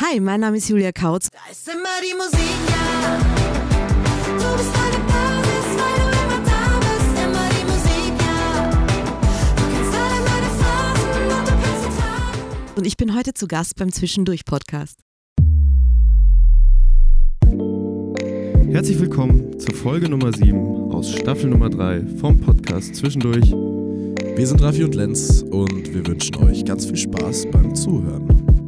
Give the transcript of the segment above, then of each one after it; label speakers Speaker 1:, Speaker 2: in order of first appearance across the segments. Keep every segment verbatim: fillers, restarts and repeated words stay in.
Speaker 1: Hi, mein Name ist Julia Kautz.
Speaker 2: Da ist immer die Musik, ja. Du bist meine Basis, weil du immer da bist. Immer die Musik, ja. Du kennst alle meine Phasen und du kennst die Tage.
Speaker 1: Und ich bin heute zu Gast beim Zwischendurch-Podcast.
Speaker 3: Herzlich willkommen zur Folge Nummer sieben aus Staffel Nummer drei vom Podcast Zwischendurch.
Speaker 4: Wir sind Raffi und Lenz und wir wünschen euch ganz viel Spaß beim Zuhören.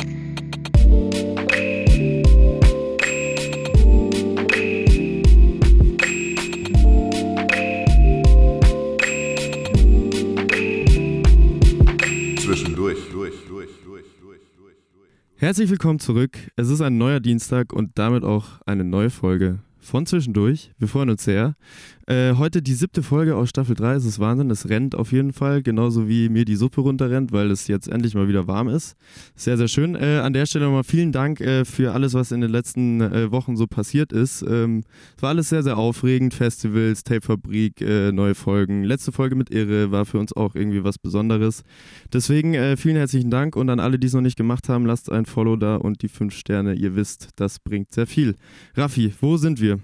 Speaker 5: Zwischendurch, durch, durch, durch, durch, durch.
Speaker 3: Herzlich willkommen zurück. Es ist ein neuer Dienstag und damit auch eine neue Folge von Zwischendurch. Wir freuen uns sehr. Äh, heute die siebte Folge aus Staffel drei. Es ist Wahnsinn, es rennt auf jeden Fall, genauso wie mir die Suppe runterrennt, weil es jetzt endlich mal wieder warm ist. Sehr, sehr schön. Äh, an der Stelle nochmal vielen Dank äh, für alles, was in den letzten äh, Wochen so passiert ist. Ähm, es war alles sehr, sehr aufregend. Festivals, Tapefabrik, äh, neue Folgen. Letzte Folge mit Irre war für uns auch irgendwie was Besonderes. Deswegen äh, vielen herzlichen Dank und an alle, die es noch nicht gemacht haben, lasst ein Follow da und die fünf Sterne. Ihr wisst, das bringt sehr viel. Raffi, wo sind wir?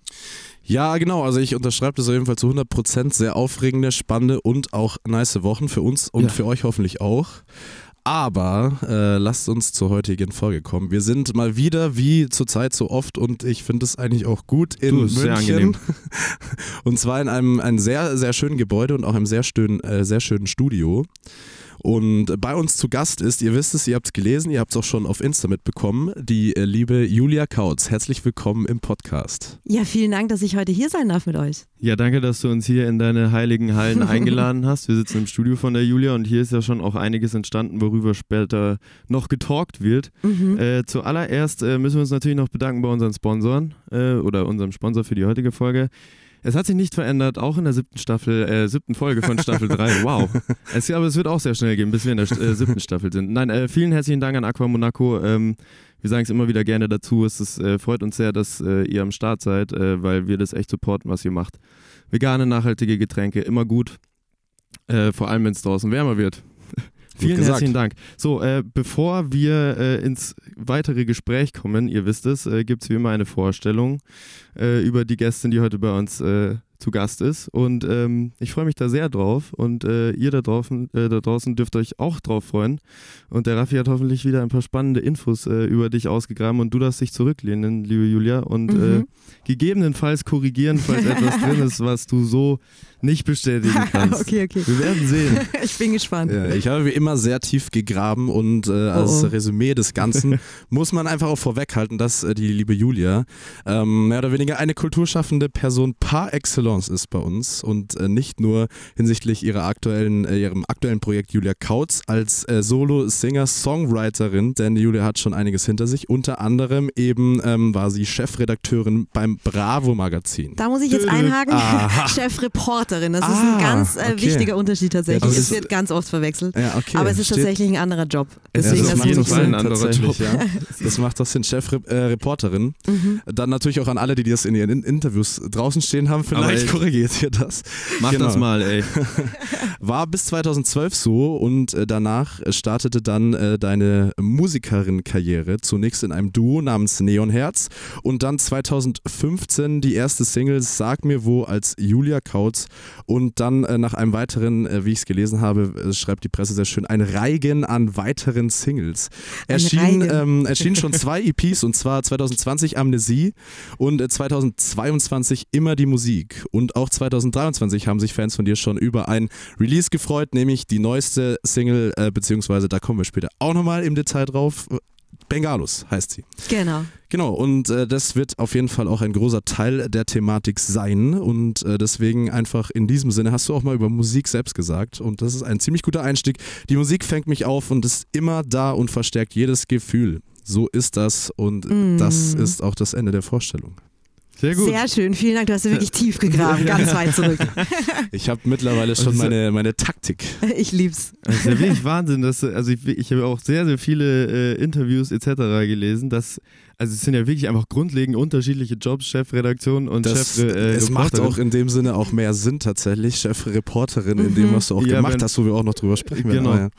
Speaker 4: Ja, genau, also ich unterschreibe das auf jeden Fall zu hundert Prozent. Sehr aufregende, spannende und auch nice Wochen für uns und
Speaker 3: ja.
Speaker 4: für euch hoffentlich auch. Aber äh, lasst uns zur heutigen Folge kommen. Wir sind mal wieder, wie zurzeit so oft, und ich finde es eigentlich auch gut, in
Speaker 3: du, ist
Speaker 4: München.
Speaker 3: Sehr angenehm.
Speaker 4: Und zwar in einem, einem sehr, sehr schönen Gebäude und auch einem sehr schönen, äh, sehr schönen Studio. Und bei uns zu Gast ist, ihr wisst es, ihr habt es gelesen, ihr habt es auch schon auf Insta mitbekommen, die äh, liebe Julia Kautz. Herzlich willkommen im Podcast.
Speaker 1: Ja, vielen Dank, dass ich heute hier sein darf mit euch.
Speaker 3: Ja, danke, dass du uns hier in deine heiligen Hallen eingeladen hast. Wir sitzen im Studio von der Julia und hier ist ja schon auch einiges entstanden, worüber später noch getalkt wird.
Speaker 1: Mhm.
Speaker 3: Äh, zuallererst äh, müssen wir uns natürlich noch bedanken bei unseren Sponsoren äh, oder unserem Sponsor für die heutige Folge. Es hat sich nicht verändert, auch in der siebten Staffel, äh, siebten Folge von Staffel drei. Wow. Es, aber es wird auch sehr schnell gehen, bis wir in der äh, siebten Staffel sind. Nein, äh, vielen herzlichen Dank an Aqua Monaco. Ähm, wir sagen es immer wieder gerne dazu. Es ist, äh, freut uns sehr, dass äh, ihr am Start seid, äh, weil wir das echt supporten, was ihr macht. Vegane, nachhaltige Getränke, immer gut. Äh, vor allem, wenn es draußen wärmer wird. Vielen
Speaker 4: gesagt.
Speaker 3: herzlichen Dank. So, äh, bevor wir äh, ins weitere Gespräch kommen, ihr wisst es, äh, gibt es wie immer eine Vorstellung äh, über die Gästin, die heute bei uns äh, zu Gast ist. Und ähm, ich freue mich da sehr drauf und äh, ihr da draußen, äh, da draußen dürft euch auch drauf freuen. Und der Raffi hat hoffentlich wieder ein paar spannende Infos äh, über dich ausgegraben und du darfst dich zurücklehnen, liebe Julia, und
Speaker 1: Mhm.
Speaker 3: äh, gegebenenfalls korrigieren, falls etwas drin ist, was du so nicht bestätigen kannst.
Speaker 1: Okay, okay.
Speaker 3: Wir werden sehen.
Speaker 1: Ich bin gespannt.
Speaker 4: Ja, ich habe wie immer sehr tief gegraben und äh, als
Speaker 1: Oh, oh.
Speaker 4: Resümee des Ganzen muss man einfach auch vorweghalten, dass äh, die liebe Julia ähm, mehr oder weniger eine kulturschaffende Person par excellence ist bei uns und äh, nicht nur hinsichtlich ihrer aktuellen, äh, ihrem aktuellen Projekt Julia Kautz als äh, Solo-Singer-Songwriterin, denn Julia hat schon einiges hinter sich. Unter anderem eben ähm, war sie Chefredakteurin beim Bravo-Magazin.
Speaker 1: Da muss ich jetzt einhaken.
Speaker 4: Aha.
Speaker 1: Chefreporterin, das ist
Speaker 4: Ah,
Speaker 1: ein ganz äh,
Speaker 4: okay.
Speaker 1: wichtiger Unterschied tatsächlich.
Speaker 4: Ja, das
Speaker 1: es
Speaker 4: ist-
Speaker 1: wird ganz oft verwechselt.
Speaker 4: Ja, okay.
Speaker 1: Aber es ist
Speaker 4: Steht-
Speaker 1: tatsächlich ein anderer Job.
Speaker 4: Ja,
Speaker 1: Deswegen
Speaker 4: das
Speaker 1: das
Speaker 4: macht
Speaker 1: ist
Speaker 4: auf
Speaker 1: nicht
Speaker 3: Fall
Speaker 4: Sinn,
Speaker 3: ein anderer
Speaker 4: tatsächlich,
Speaker 3: Job.
Speaker 4: ja. Das macht doch Sinn, Chefreporterin.
Speaker 1: Mhm.
Speaker 4: Dann natürlich auch an alle, die das in ihren In- Interviews draußen stehen haben, vielleicht
Speaker 3: ey,
Speaker 4: korrigiert ihr das.
Speaker 3: Mach
Speaker 4: Genau.
Speaker 3: das mal, ey.
Speaker 4: War bis zweitausendzwölf so und äh, danach startete dann äh, deine Musikerin-Karriere, zunächst in einem Duo namens Neonherz und dann zweitausendfünfzehn die erste Single Sag mir wo als Julia Kautz und dann äh, nach einem weiteren, äh, wie ich es gelesen habe, äh, schreibt die Presse sehr schön, ein Reigen an weiteren Singles. Erschien,
Speaker 1: Reigen.
Speaker 4: ähm, erschienen schon zwei E Ps und zwar zweitausendzwanzig Amnesie und äh, zweitausendzweiundzwanzig Immer die Musik und auch zweitausenddreiundzwanzig haben sich Fans von dir schon über ein Release gefreut, nämlich die neueste Single, äh, beziehungsweise da kommen wir später auch nochmal im Detail drauf. Bengalus heißt sie.
Speaker 1: Genau.
Speaker 4: Genau, und äh, das wird auf jeden Fall auch ein großer Teil der Thematik sein und äh, deswegen einfach in diesem Sinne hast du auch mal über Musik selbst gesagt und das ist ein ziemlich guter Einstieg. Die Musik fängt mich auf und ist immer da und verstärkt jedes Gefühl. So ist das und
Speaker 1: Mm.
Speaker 4: das ist auch das Ende der Vorstellung.
Speaker 3: Sehr gut.
Speaker 1: Sehr schön, vielen Dank. Du hast ja wirklich tief gegraben, ganz weit zurück.
Speaker 4: Ich habe mittlerweile schon
Speaker 3: Also-
Speaker 4: meine, meine Taktik.
Speaker 1: Ich lieb's.
Speaker 3: Das ist ja wirklich Wahnsinn, dass, also ich, ich habe auch sehr, sehr viele äh, Interviews et cetera gelesen, dass, also es sind ja wirklich einfach grundlegend unterschiedliche Jobs, Chefredaktion und
Speaker 4: Das,
Speaker 3: Chef äh,
Speaker 4: es macht
Speaker 3: Reporterin.
Speaker 4: auch in dem Sinne auch mehr Sinn tatsächlich, Chefreporterin in dem, was du auch
Speaker 3: Ja,
Speaker 4: gemacht
Speaker 3: wenn-
Speaker 4: hast, wo wir auch noch drüber sprechen werden.
Speaker 3: Genau.
Speaker 4: Aber ja.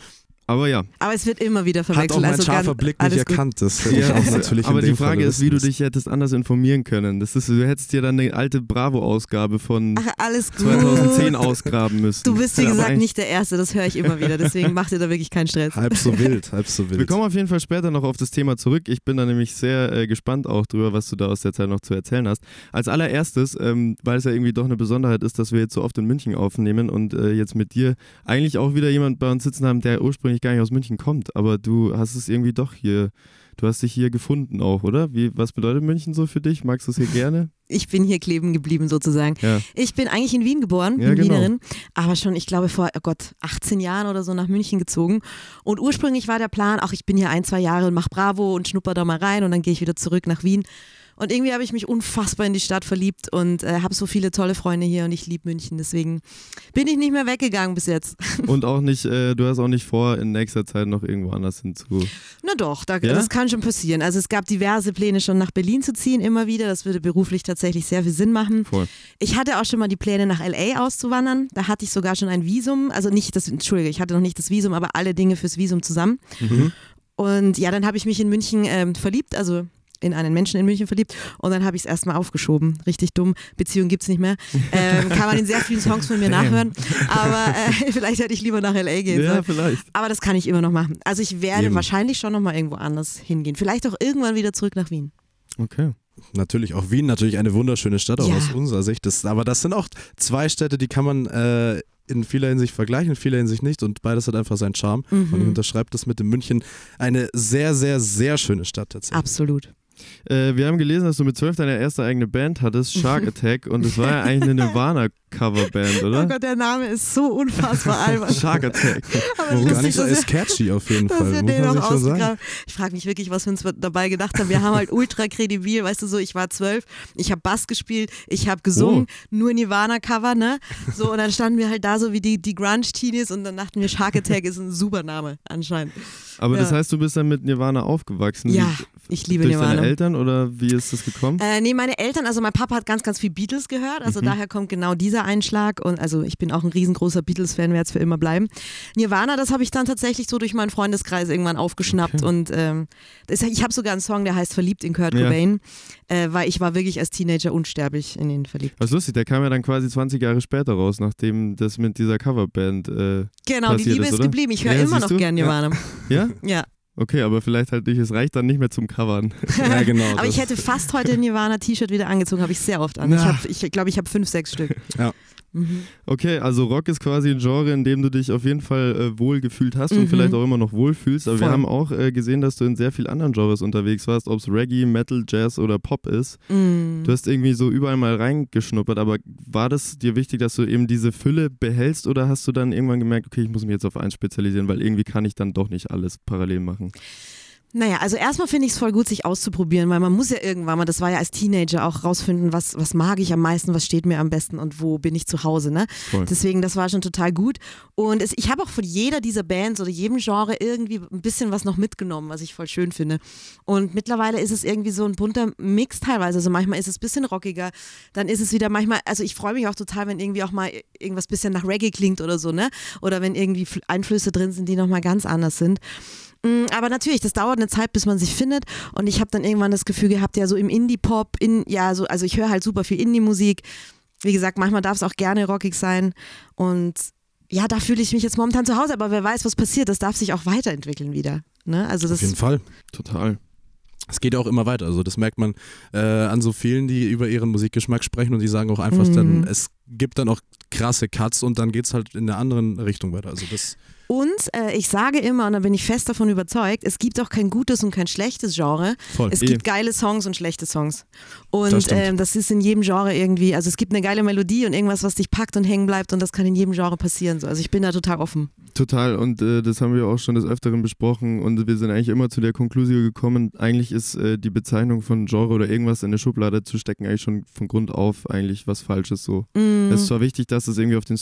Speaker 3: Aber ja.
Speaker 1: Aber es wird immer wieder
Speaker 4: Hat auch
Speaker 1: verwechselt.
Speaker 4: mein
Speaker 1: also
Speaker 4: scharfer
Speaker 1: ganz-
Speaker 4: Blick nicht
Speaker 1: alles gut.
Speaker 4: erkannt. Das hätte ich
Speaker 3: Ja,
Speaker 4: auch natürlich
Speaker 3: aber
Speaker 4: in
Speaker 3: die
Speaker 4: dem
Speaker 3: Frage
Speaker 4: Fall
Speaker 3: ist, wie du
Speaker 4: wissen
Speaker 3: dich hättest anders informieren können. Das ist, du hättest dir dann eine alte Bravo-Ausgabe von
Speaker 1: Ach, alles gut.
Speaker 3: zweitausendzehn ausgraben müssen.
Speaker 1: Du bist, wie
Speaker 3: Aber
Speaker 1: gesagt,
Speaker 3: eigentlich-
Speaker 1: nicht der Erste, das höre ich immer wieder. Deswegen mach dir da wirklich keinen Stress.
Speaker 4: Halb so wild, halb so wild.
Speaker 3: Wir kommen auf jeden Fall später noch auf das Thema zurück. Ich bin da nämlich sehr äh, gespannt auch drüber, was du da aus der Zeit noch zu erzählen hast. Als allererstes, ähm, weil es ja irgendwie doch eine Besonderheit ist, dass wir jetzt so oft in München aufnehmen und äh, jetzt mit dir eigentlich auch wieder jemand bei uns sitzen haben, der ursprünglich gar nicht aus München kommt, aber du hast es irgendwie doch hier, du hast dich hier gefunden auch, oder? Wie, was bedeutet München so für dich? Magst du es hier gerne?
Speaker 1: Ich bin hier kleben geblieben sozusagen.
Speaker 3: Ja.
Speaker 1: Ich bin eigentlich in Wien geboren,
Speaker 3: Ja,
Speaker 1: bin
Speaker 3: genau.
Speaker 1: Wienerin, aber schon, ich glaube, vor, oh Gott, achtzehn Jahren oder so nach München gezogen. Und ursprünglich war der Plan, ach, ich bin hier ein, zwei Jahre und mach Bravo und schnupper da mal rein und dann gehe ich wieder zurück nach Wien. Und irgendwie habe ich mich unfassbar in die Stadt verliebt und äh, habe so viele tolle Freunde hier und ich liebe München. Deswegen bin ich nicht mehr weggegangen bis jetzt.
Speaker 3: Und auch nicht, äh, du hast auch nicht vor, in nächster Zeit noch irgendwo anders hinzu.
Speaker 1: Na doch, da,
Speaker 3: Ja?
Speaker 1: das kann schon passieren. Also es gab diverse Pläne schon nach Berlin zu ziehen, immer wieder. Das würde beruflich tatsächlich sehr viel Sinn machen.
Speaker 3: Voll.
Speaker 1: Ich hatte auch schon mal die Pläne nach L A auszuwandern. Da hatte ich sogar schon ein Visum. Also nicht das, Entschuldige, ich hatte noch nicht das Visum, aber alle Dinge fürs Visum zusammen.
Speaker 3: Mhm.
Speaker 1: Und ja, dann habe ich mich in München ähm, verliebt, also in einen Menschen in München verliebt und dann habe ich es erstmal aufgeschoben. Richtig dumm. Beziehung gibt es nicht mehr. Ähm, kann man in sehr vielen Songs von mir nachhören. Aber äh, vielleicht hätte ich lieber nach L A gehen
Speaker 3: Ja,
Speaker 1: sollen.
Speaker 3: vielleicht.
Speaker 1: Aber das kann ich immer noch machen. Also ich werde
Speaker 4: Eben.
Speaker 1: wahrscheinlich schon nochmal irgendwo anders hingehen. Vielleicht auch irgendwann wieder zurück nach Wien.
Speaker 3: Okay.
Speaker 4: Natürlich auch Wien, natürlich eine wunderschöne Stadt, auch
Speaker 1: Ja.
Speaker 4: aus unserer Sicht. Das, aber das sind auch zwei Städte, die kann man äh, in vieler Hinsicht vergleichen, in vieler Hinsicht nicht. Und beides hat einfach seinen Charme.
Speaker 1: Mhm.
Speaker 4: Und ich unterschreibe das mit dem München. Eine sehr, sehr, sehr schöne Stadt tatsächlich.
Speaker 1: Absolut.
Speaker 3: Äh, wir haben gelesen, dass du mit zwölf deine erste eigene Band hattest, Shark Attack, und es war ja eigentlich eine Nirvana-Coverband,
Speaker 1: Oh
Speaker 3: oder?
Speaker 1: Gott, der Name ist so unfassbar albern.
Speaker 3: Shark Attack.
Speaker 1: Aber
Speaker 4: Gar
Speaker 1: lustig,
Speaker 4: nicht so
Speaker 1: dass
Speaker 4: ist catchy auf jeden
Speaker 1: dass
Speaker 4: Fall,
Speaker 1: wir
Speaker 4: muss
Speaker 1: den
Speaker 4: man
Speaker 1: noch
Speaker 4: sich schon sagen.
Speaker 1: ausgegraben. Ich frage mich wirklich, was wir uns dabei gedacht haben. Wir haben halt ultra kredibil, weißt du so, ich war zwölf, ich habe Bass gespielt, ich habe gesungen, nur Nirvana-Cover, ne? So, und dann standen wir halt da so wie die, die Grunge-Teenies und dann dachten wir, Shark Attack ist ein super Name anscheinend.
Speaker 3: Aber das
Speaker 1: Ja.
Speaker 3: heißt, du bist dann mit Nirvana aufgewachsen?
Speaker 1: Ja,
Speaker 3: Wie-
Speaker 1: ich liebe
Speaker 3: durch
Speaker 1: Nirvana.
Speaker 3: deine Eltern oder wie ist das gekommen?
Speaker 1: Äh, nee, meine Eltern, also mein Papa hat ganz, ganz viel Beatles gehört, also
Speaker 3: Mhm.
Speaker 1: daher kommt genau dieser Einschlag und also ich bin auch ein riesengroßer Beatles-Fan, werde es für immer bleiben. Nirvana, das habe ich dann tatsächlich so durch meinen Freundeskreis irgendwann aufgeschnappt
Speaker 3: Okay.
Speaker 1: und ähm, das, ich habe sogar einen Song, der heißt Verliebt in Kurt
Speaker 3: Ja.
Speaker 1: Cobain, äh, weil ich war wirklich als Teenager unsterblich in ihn verliebt.
Speaker 3: Was lustig, der kam ja dann quasi zwanzig Jahre später raus, nachdem das mit dieser Coverband, äh,
Speaker 1: Genau, die
Speaker 3: passiert
Speaker 1: Liebe
Speaker 3: ist,
Speaker 1: ist
Speaker 3: oder?
Speaker 1: geblieben, ich höre
Speaker 3: Ja,
Speaker 1: immer
Speaker 3: siehst
Speaker 1: noch
Speaker 3: du?
Speaker 1: gern Nirvana.
Speaker 3: ja?
Speaker 1: Ja,
Speaker 3: Okay, aber vielleicht halt nicht, es reicht dann nicht mehr zum Covern.
Speaker 4: Ja, genau.
Speaker 1: aber ich
Speaker 4: das-
Speaker 1: hätte fast heute ein Nirvana-T-Shirt wieder angezogen, habe ich sehr oft an. Ich
Speaker 3: Na.
Speaker 1: glaube, ich, glaub, ich habe fünf, sechs Stück.
Speaker 4: Ja.
Speaker 1: Mhm.
Speaker 3: Okay, also Rock ist quasi ein Genre, in dem du dich auf jeden Fall äh, wohl gefühlt hast
Speaker 1: Mhm.
Speaker 3: und vielleicht auch immer noch wohlfühlst. Aber wir
Speaker 1: Voll.
Speaker 3: haben auch äh, gesehen, dass du in sehr vielen anderen Genres unterwegs warst, ob es Reggae, Metal, Jazz oder Pop ist.
Speaker 1: Mm.
Speaker 3: Du hast irgendwie so überall mal reingeschnuppert, aber war das dir wichtig, dass du eben diese Fülle behältst oder hast du dann irgendwann gemerkt, okay, ich muss mich jetzt auf eins spezialisieren, weil irgendwie kann ich dann doch nicht alles parallel machen?
Speaker 1: Naja, also erstmal finde ich es voll gut, sich auszuprobieren, weil man muss ja irgendwann mal, das war ja als Teenager auch rausfinden, was, was mag ich am meisten, was steht mir am besten und wo bin ich zu Hause, ne?
Speaker 3: Voll.
Speaker 1: Deswegen, das war schon total gut. Und es, ich habe auch von jeder dieser Bands oder jedem Genre irgendwie ein bisschen was noch mitgenommen, was ich voll schön finde. Und mittlerweile ist es irgendwie so ein bunter Mix teilweise. Also manchmal ist es ein bisschen rockiger, dann ist es wieder manchmal, also ich freue mich auch total, wenn irgendwie auch mal irgendwas bisschen nach Reggae klingt oder so, ne? Oder wenn irgendwie Einflüsse drin sind, die nochmal ganz anders sind. Aber natürlich, das dauert eine Zeit, bis man sich findet und ich habe dann irgendwann das Gefühl gehabt, ja so im Indie-Pop, in, ja so, also ich höre halt super viel Indie-Musik. Wie gesagt, manchmal darf es auch gerne rockig sein und ja, da fühle ich mich jetzt momentan zu Hause, aber wer weiß, was passiert, das darf sich auch weiterentwickeln wieder. Ne? Also das
Speaker 4: Auf jeden Fall.
Speaker 3: Total.
Speaker 4: Es geht ja auch immer weiter. Also das merkt man äh, an so vielen, die über ihren Musikgeschmack sprechen und die sagen auch einfach
Speaker 1: Mhm.
Speaker 4: dann, es gibt dann auch krasse Cuts und dann geht es halt in eine andere Richtung weiter. Also das
Speaker 1: Und äh, ich sage immer, und da bin ich fest davon überzeugt, es gibt auch kein gutes und kein schlechtes Genre.
Speaker 4: voll.
Speaker 1: Es
Speaker 3: Eh.
Speaker 1: gibt geile Songs und schlechte Songs. Und
Speaker 4: Das
Speaker 1: das,
Speaker 4: stimmt.
Speaker 1: ähm, das ist in jedem Genre irgendwie, also es gibt eine geile Melodie und irgendwas, was dich packt und hängen bleibt und das kann in jedem Genre passieren. So. Also ich bin da total offen.
Speaker 3: Total, und äh, das haben wir auch schon des Öfteren besprochen und wir sind eigentlich immer zu der Konklusion gekommen, eigentlich ist äh, die Bezeichnung von Genre oder irgendwas in eine Schublade zu stecken eigentlich schon von Grund auf eigentlich was Falsches so.
Speaker 1: Mm.
Speaker 3: Es ist zwar wichtig, dass es irgendwie auf den Streaming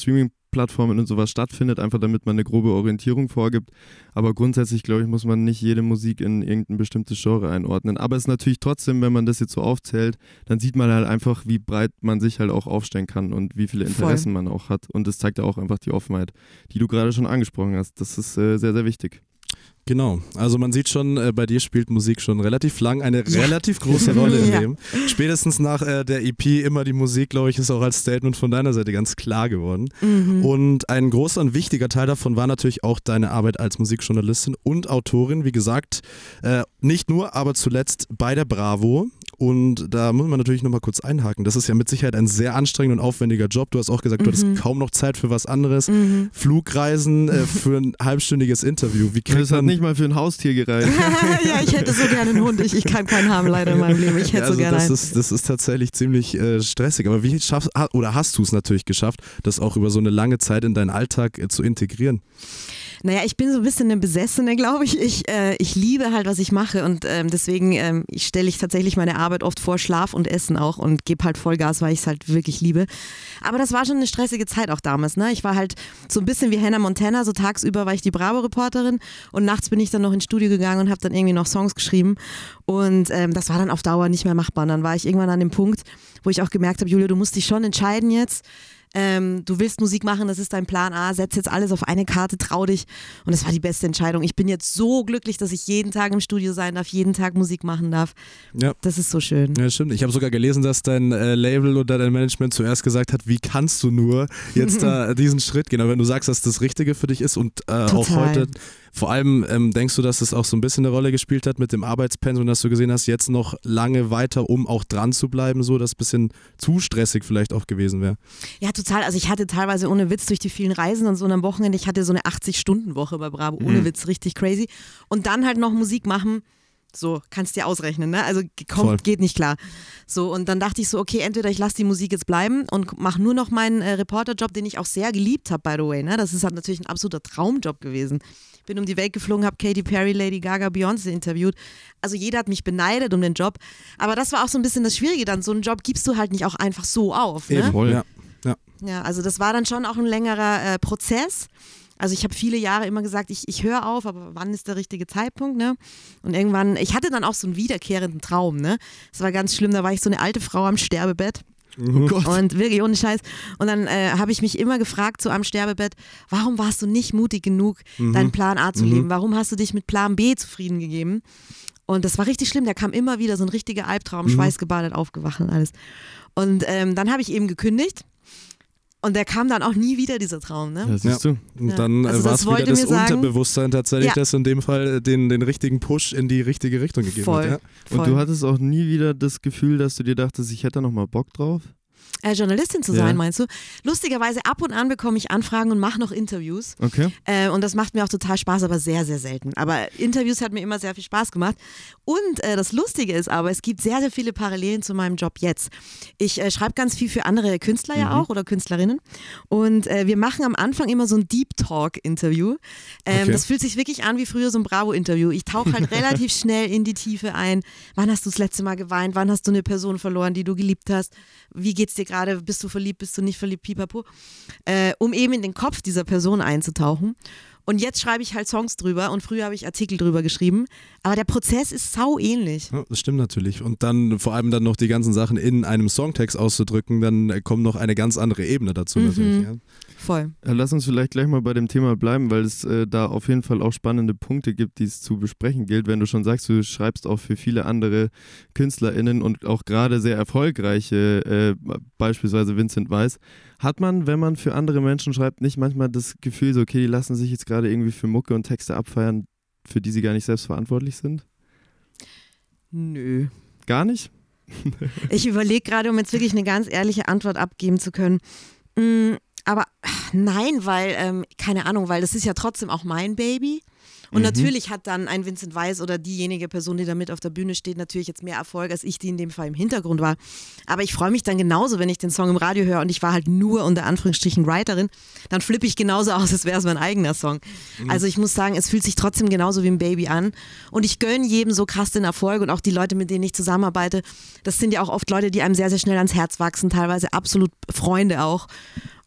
Speaker 3: Musikplattformen und sowas stattfindet, einfach damit man eine grobe Orientierung vorgibt. Aber grundsätzlich, glaube ich, muss man nicht jede Musik in irgendein bestimmtes Genre einordnen. Aber es ist natürlich trotzdem, wenn man das jetzt so aufzählt, dann sieht man halt einfach, wie breit man sich halt auch aufstellen kann und wie viele Interessen
Speaker 1: Voll.
Speaker 3: man auch hat. Und das zeigt ja auch einfach die Offenheit, die du gerade schon angesprochen hast. Das ist äh, sehr, sehr wichtig.
Speaker 4: Genau, also man sieht schon, äh, bei dir spielt Musik schon relativ lang eine ja. relativ große Rolle im
Speaker 1: Ja.
Speaker 4: Leben. Spätestens nach äh, der E P Immer die Musik, glaube ich, ist auch als Statement von deiner Seite ganz klar geworden.
Speaker 1: Mhm.
Speaker 4: Und ein großer und wichtiger Teil davon war natürlich auch deine Arbeit als Musikjournalistin und Autorin. Wie gesagt, äh, nicht nur, aber zuletzt bei der Bravo. Und da muss man natürlich nochmal kurz einhaken. Das ist ja mit Sicherheit ein sehr anstrengender und aufwendiger Job. Du hast auch gesagt, du hattest kaum noch Zeit für was anderes.
Speaker 1: Mhm.
Speaker 4: Flugreisen äh, für ein halbstündiges Interview. Wie kriegt
Speaker 3: Das hat
Speaker 4: man
Speaker 3: nicht mal für ein Haustier gereicht.
Speaker 1: Ja, ich hätte so gerne einen Hund. Ich, ich kann keinen haben leider in meinem Leben. Ich hätte
Speaker 4: Ja, also
Speaker 1: so gerne
Speaker 4: das
Speaker 1: einen.
Speaker 4: ist, das ist tatsächlich ziemlich äh, stressig. Aber wie schaffst ha- oder hast du es natürlich geschafft, das auch über so eine lange Zeit in deinen Alltag äh, zu integrieren?
Speaker 1: Naja, ich bin so ein bisschen eine Besessene, glaube ich. Ich, äh, ich liebe halt, was ich mache und ähm, deswegen ähm, ich stelle ich tatsächlich meine Arbeit oft vor Schlaf und Essen auch und gebe halt Vollgas, weil ich es halt wirklich liebe. Aber das war schon eine stressige Zeit auch damals. Ne? Ich war halt so ein bisschen wie Hannah Montana, so tagsüber war ich die Bravo-Reporterin und nachts bin ich dann noch ins Studio gegangen und habe dann irgendwie noch Songs geschrieben und ähm, das war dann auf Dauer nicht mehr machbar. Und dann war ich irgendwann an dem Punkt, wo ich auch gemerkt habe, Julia, du musst dich schon entscheiden jetzt. Ähm, du willst Musik machen, das ist dein Plan A, setz jetzt alles auf eine Karte, trau dich und das war die beste Entscheidung. Ich bin jetzt so glücklich, dass ich jeden Tag im Studio sein darf, jeden Tag Musik machen darf.
Speaker 4: Ja.
Speaker 1: Das ist so schön.
Speaker 4: Ja, stimmt. Ich habe sogar gelesen, dass dein äh, Label oder dein Management zuerst gesagt hat, wie kannst du nur jetzt da diesen Schritt gehen? Aber wenn du sagst, dass das Richtige für dich ist und äh, auch heute, vor allem ähm, denkst du, dass es auch so ein bisschen eine Rolle gespielt hat mit dem Arbeitspensum, dass du gesehen hast, jetzt noch lange weiter, um auch dran zu bleiben, so dass es ein bisschen zu stressig vielleicht auch gewesen wäre?
Speaker 1: Ja, total. Also ich hatte teilweise ohne Witz durch die vielen Reisen und so am Wochenende, ich hatte so eine achtzig-Stunden-Woche bei Bravo, ohne
Speaker 4: Mhm.
Speaker 1: Witz, richtig crazy. Und dann halt noch Musik machen, so, kannst dir ausrechnen, ne? Also kommt,
Speaker 4: Voll.
Speaker 1: geht nicht klar. So, und dann dachte ich so, okay, entweder ich lasse die Musik jetzt bleiben und mache nur noch meinen äh, Reporterjob, den ich auch sehr geliebt habe, by the way, ne? Das ist halt natürlich ein absoluter Traumjob gewesen. Bin um die Welt geflogen, habe Katy Perry, Lady Gaga, Beyoncé interviewt. Also jeder hat mich beneidet um den Job. Aber das war auch so ein bisschen das Schwierige dann. So einen Job gibst du halt nicht auch einfach so auf, ne?
Speaker 4: Eben, ja. ja.
Speaker 1: Ja, also das war dann schon auch ein längerer äh, Prozess. Also ich habe viele Jahre immer gesagt, ich, ich höre auf, aber wann ist der richtige Zeitpunkt, ne? Und irgendwann, ich hatte dann auch so einen wiederkehrenden Traum, ne? Das war ganz schlimm, da war ich so eine alte Frau am Sterbebett.
Speaker 3: Oh Gott.
Speaker 1: Und wirklich ohne Scheiß. Und dann äh, habe ich mich immer gefragt, so am Sterbebett, warum warst du nicht mutig genug,
Speaker 4: Mhm.
Speaker 1: deinen Plan A zu
Speaker 4: Mhm.
Speaker 1: leben? Warum hast du dich mit Plan B zufrieden gegeben? Und das war richtig schlimm, da kam immer wieder so ein richtiger Albtraum,
Speaker 4: Mhm.
Speaker 1: schweißgebadet, aufgewacht und alles. Und ähm, dann habe ich eben gekündigt. Und der kam dann auch nie wieder, dieser Traum, ne?
Speaker 3: Ja, siehst du.
Speaker 4: Und
Speaker 1: Ja.
Speaker 4: dann
Speaker 1: Also
Speaker 4: äh, war
Speaker 1: das
Speaker 4: es wieder
Speaker 1: wollte
Speaker 4: das
Speaker 1: mir sagen-
Speaker 4: Unterbewusstsein tatsächlich,
Speaker 1: Ja.
Speaker 4: das in dem Fall äh, den, den richtigen Push in die richtige Richtung gegeben
Speaker 1: Voll.
Speaker 4: hat. Ja?
Speaker 3: Und
Speaker 1: Voll.
Speaker 3: du hattest auch nie wieder das Gefühl, dass du dir dachtest, ich hätte da noch mal Bock drauf?
Speaker 1: Äh, Journalistin zu
Speaker 3: Ja.
Speaker 1: sein, meinst du? Lustigerweise ab und an bekomme ich Anfragen und mache noch Interviews.
Speaker 3: Okay.
Speaker 1: Äh, und das macht mir auch total Spaß, aber sehr, sehr selten. Aber Interviews hat mir immer sehr viel Spaß gemacht. Und äh, das Lustige ist aber, es gibt sehr, sehr viele Parallelen zu meinem Job jetzt. Ich äh, schreibe ganz viel für andere Künstler ja auch oder Künstlerinnen. Und äh, wir machen am Anfang immer so ein Deep Talk-Interview. Ähm,
Speaker 4: Okay.
Speaker 1: Das fühlt sich wirklich an wie früher so ein Bravo-Interview. Ich tauche halt relativ schnell in die Tiefe ein. Wann hast du das letzte Mal geweint? Wann hast du eine Person verloren, die du geliebt hast? Wie geht's dir gerade? Bist du verliebt? Bist du nicht verliebt? Pipapo. Äh, um eben in den Kopf dieser Person einzutauchen. Und jetzt schreibe ich halt Songs drüber und früher habe ich Artikel drüber geschrieben. Aber der Prozess ist sau ähnlich.
Speaker 4: Ja, das stimmt natürlich. Und dann vor allem dann noch die ganzen Sachen in einem Songtext auszudrücken, dann äh, kommt noch eine ganz andere Ebene dazu
Speaker 1: Mhm.
Speaker 4: natürlich. Ja.
Speaker 1: Voll.
Speaker 3: Ja, lass uns vielleicht gleich mal bei dem Thema bleiben, weil es äh, da auf jeden Fall auch spannende Punkte gibt, die es zu besprechen gilt. Wenn du schon sagst, du schreibst auch für viele andere KünstlerInnen und auch gerade sehr erfolgreiche, äh, beispielsweise Vincent Weiss, hat man, wenn man für andere Menschen schreibt, nicht manchmal das Gefühl, so, okay, die lassen sich jetzt gerade irgendwie für Mucke und Texte abfeiern, für die sie gar nicht selbst verantwortlich sind?
Speaker 1: Nö.
Speaker 3: Gar nicht?
Speaker 1: Ich überlege gerade, um jetzt wirklich eine ganz ehrliche Antwort abgeben zu können. Mm, aber nein, weil, ähm, keine Ahnung, weil das ist ja trotzdem auch mein Baby. Und
Speaker 3: Mhm.
Speaker 1: natürlich hat dann ein Vincent Weiss oder diejenige Person, die da mit auf der Bühne steht, natürlich jetzt mehr Erfolg, als ich, die in dem Fall im Hintergrund war. Aber ich freue mich dann genauso, wenn ich den Song im Radio höre und ich war halt nur unter Anführungsstrichen Writerin, dann flippe ich genauso aus, als wäre es mein eigener Song. Also ich muss sagen, es fühlt sich trotzdem genauso wie ein Baby an. Und ich gönne jedem so krass den Erfolg und auch die Leute, mit denen ich zusammenarbeite, das sind ja auch oft Leute, die einem sehr, sehr schnell ans Herz wachsen, teilweise absolut Freunde auch.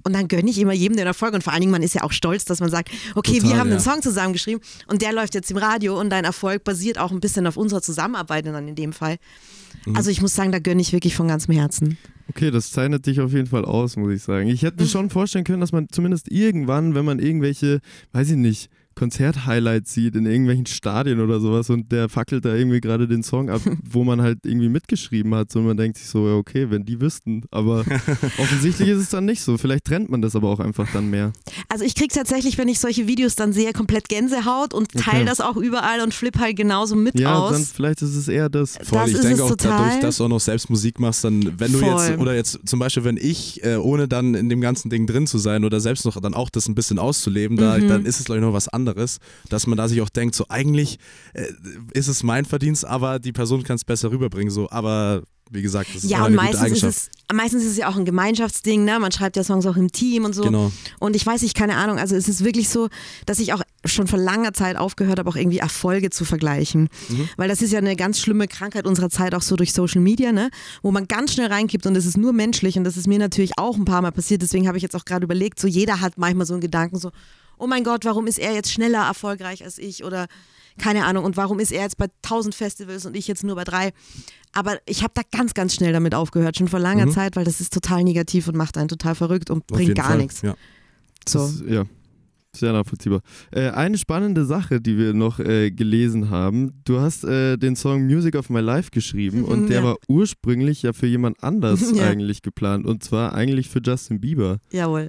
Speaker 1: Und dann gönne ich immer jedem den Erfolg. Und vor allen Dingen, man ist ja auch stolz, dass man sagt, okay,
Speaker 4: Total,
Speaker 1: wir haben
Speaker 4: ja.
Speaker 1: einen Song zusammengeschrieben und der läuft jetzt im Radio und dein Erfolg basiert auch ein bisschen auf unserer Zusammenarbeit dann in dem Fall.
Speaker 4: Mhm.
Speaker 1: Also ich muss sagen, da gönne ich wirklich von ganzem Herzen.
Speaker 3: Okay, das zeichnet dich auf jeden Fall aus, muss ich sagen. Ich hätte mir schon vorstellen können, dass man zumindest irgendwann, wenn man irgendwelche, weiß ich nicht, Konzert-Highlights sieht in irgendwelchen Stadien oder sowas und der fackelt da irgendwie gerade den Song ab, wo man halt irgendwie mitgeschrieben hat, so man denkt sich so, ja okay, wenn die wüssten, aber offensichtlich ist es dann nicht so, vielleicht trennt man das aber auch einfach dann mehr.
Speaker 1: Also ich kriege tatsächlich, wenn ich solche Videos dann sehe, komplett Gänsehaut und teile
Speaker 3: Okay.
Speaker 1: das auch überall und flipp halt genauso mit
Speaker 3: Ja,
Speaker 1: aus.
Speaker 3: dann vielleicht ist es eher das.
Speaker 4: Voll,
Speaker 1: Das
Speaker 4: ich
Speaker 1: ist
Speaker 4: denke
Speaker 1: es
Speaker 4: auch
Speaker 1: total.
Speaker 4: dadurch, dass du auch noch selbst Musik machst, dann, wenn du
Speaker 1: Voll.
Speaker 4: jetzt, oder jetzt zum Beispiel, wenn ich, äh, ohne dann in dem ganzen Ding drin zu sein oder selbst noch dann auch das ein bisschen auszuleben, da,
Speaker 1: Mhm.
Speaker 4: dann ist es glaube ich noch was anderes, dass man da sich auch denkt, so eigentlich äh, ist es mein Verdienst, aber die Person kann es besser rüberbringen, so, aber wie gesagt, das ist
Speaker 1: Ja,
Speaker 4: auch
Speaker 1: und
Speaker 4: eine gute
Speaker 1: meistens ist,
Speaker 4: Eigenschaft.
Speaker 1: es, meistens ist es ja auch ein Gemeinschaftsding, ne? Man schreibt ja Songs auch im Team und so.
Speaker 4: Genau.
Speaker 1: Und ich weiß nicht, keine Ahnung, also es ist wirklich so, dass ich auch schon vor langer Zeit aufgehört habe, auch irgendwie Erfolge zu vergleichen.
Speaker 4: Mhm.
Speaker 1: Weil das ist ja eine ganz schlimme Krankheit unserer Zeit, auch so durch Social Media, ne? Wo man ganz schnell reinkippt und es ist nur menschlich und das ist mir natürlich auch ein paar Mal passiert, deswegen habe ich jetzt auch gerade überlegt, so jeder hat manchmal so einen Gedanken, so, oh mein Gott, warum ist er jetzt schneller erfolgreich als ich oder keine Ahnung und warum ist er jetzt bei tausend Festivals und ich jetzt nur bei drei. Aber ich habe da ganz, ganz schnell damit aufgehört, schon vor langer
Speaker 4: Mhm.
Speaker 1: Zeit, weil das ist total negativ und macht einen total verrückt und
Speaker 4: Auf
Speaker 1: bringt
Speaker 4: jeden
Speaker 1: gar
Speaker 4: Fall.
Speaker 1: nichts.
Speaker 4: Ja.
Speaker 1: So.
Speaker 3: Das, ja, sehr nachvollziehbar. Äh, eine spannende Sache, die wir noch äh, gelesen haben, du hast äh, den Song Music of My Life geschrieben und der
Speaker 1: Ja.
Speaker 3: war ursprünglich ja für jemand anders
Speaker 1: Ja.
Speaker 3: eigentlich geplant und zwar eigentlich für Justin Bieber.
Speaker 1: Jawohl.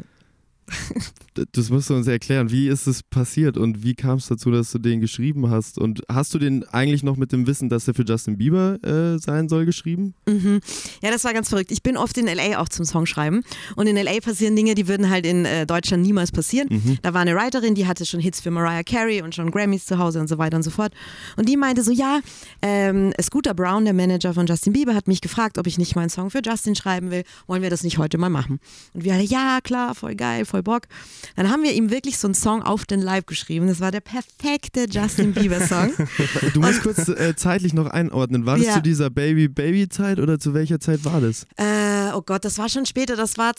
Speaker 3: Das musst du uns erklären. Wie ist es passiert und wie kam es dazu, dass du den geschrieben hast? Und hast du den eigentlich noch mit dem Wissen, dass er für Justin Bieber äh, sein soll, geschrieben?
Speaker 1: Mhm. Ja, das war ganz verrückt. Ich bin oft in L A auch zum Songschreiben und in L A passieren Dinge, die würden halt in äh, Deutschland niemals passieren.
Speaker 3: Mhm.
Speaker 1: Da war eine Writerin, die hatte schon Hits für Mariah Carey und schon Grammys zu Hause und so weiter und so fort. Und die meinte so, ja, ähm, Scooter Brown, der Manager von Justin Bieber, hat mich gefragt, ob ich nicht meinen Song für Justin schreiben will. Wollen wir das nicht heute mal machen? Und wir alle, ja, klar, voll geil, voll Bock. Dann haben wir ihm wirklich so einen Song auf den Live geschrieben. Das war der perfekte Justin Bieber-Song.
Speaker 3: Du musst kurz äh, zeitlich noch einordnen. War das
Speaker 1: Ja.
Speaker 3: zu dieser Baby-Baby-Zeit oder zu welcher Zeit war das?
Speaker 1: Äh, oh Gott, das war schon später. Das war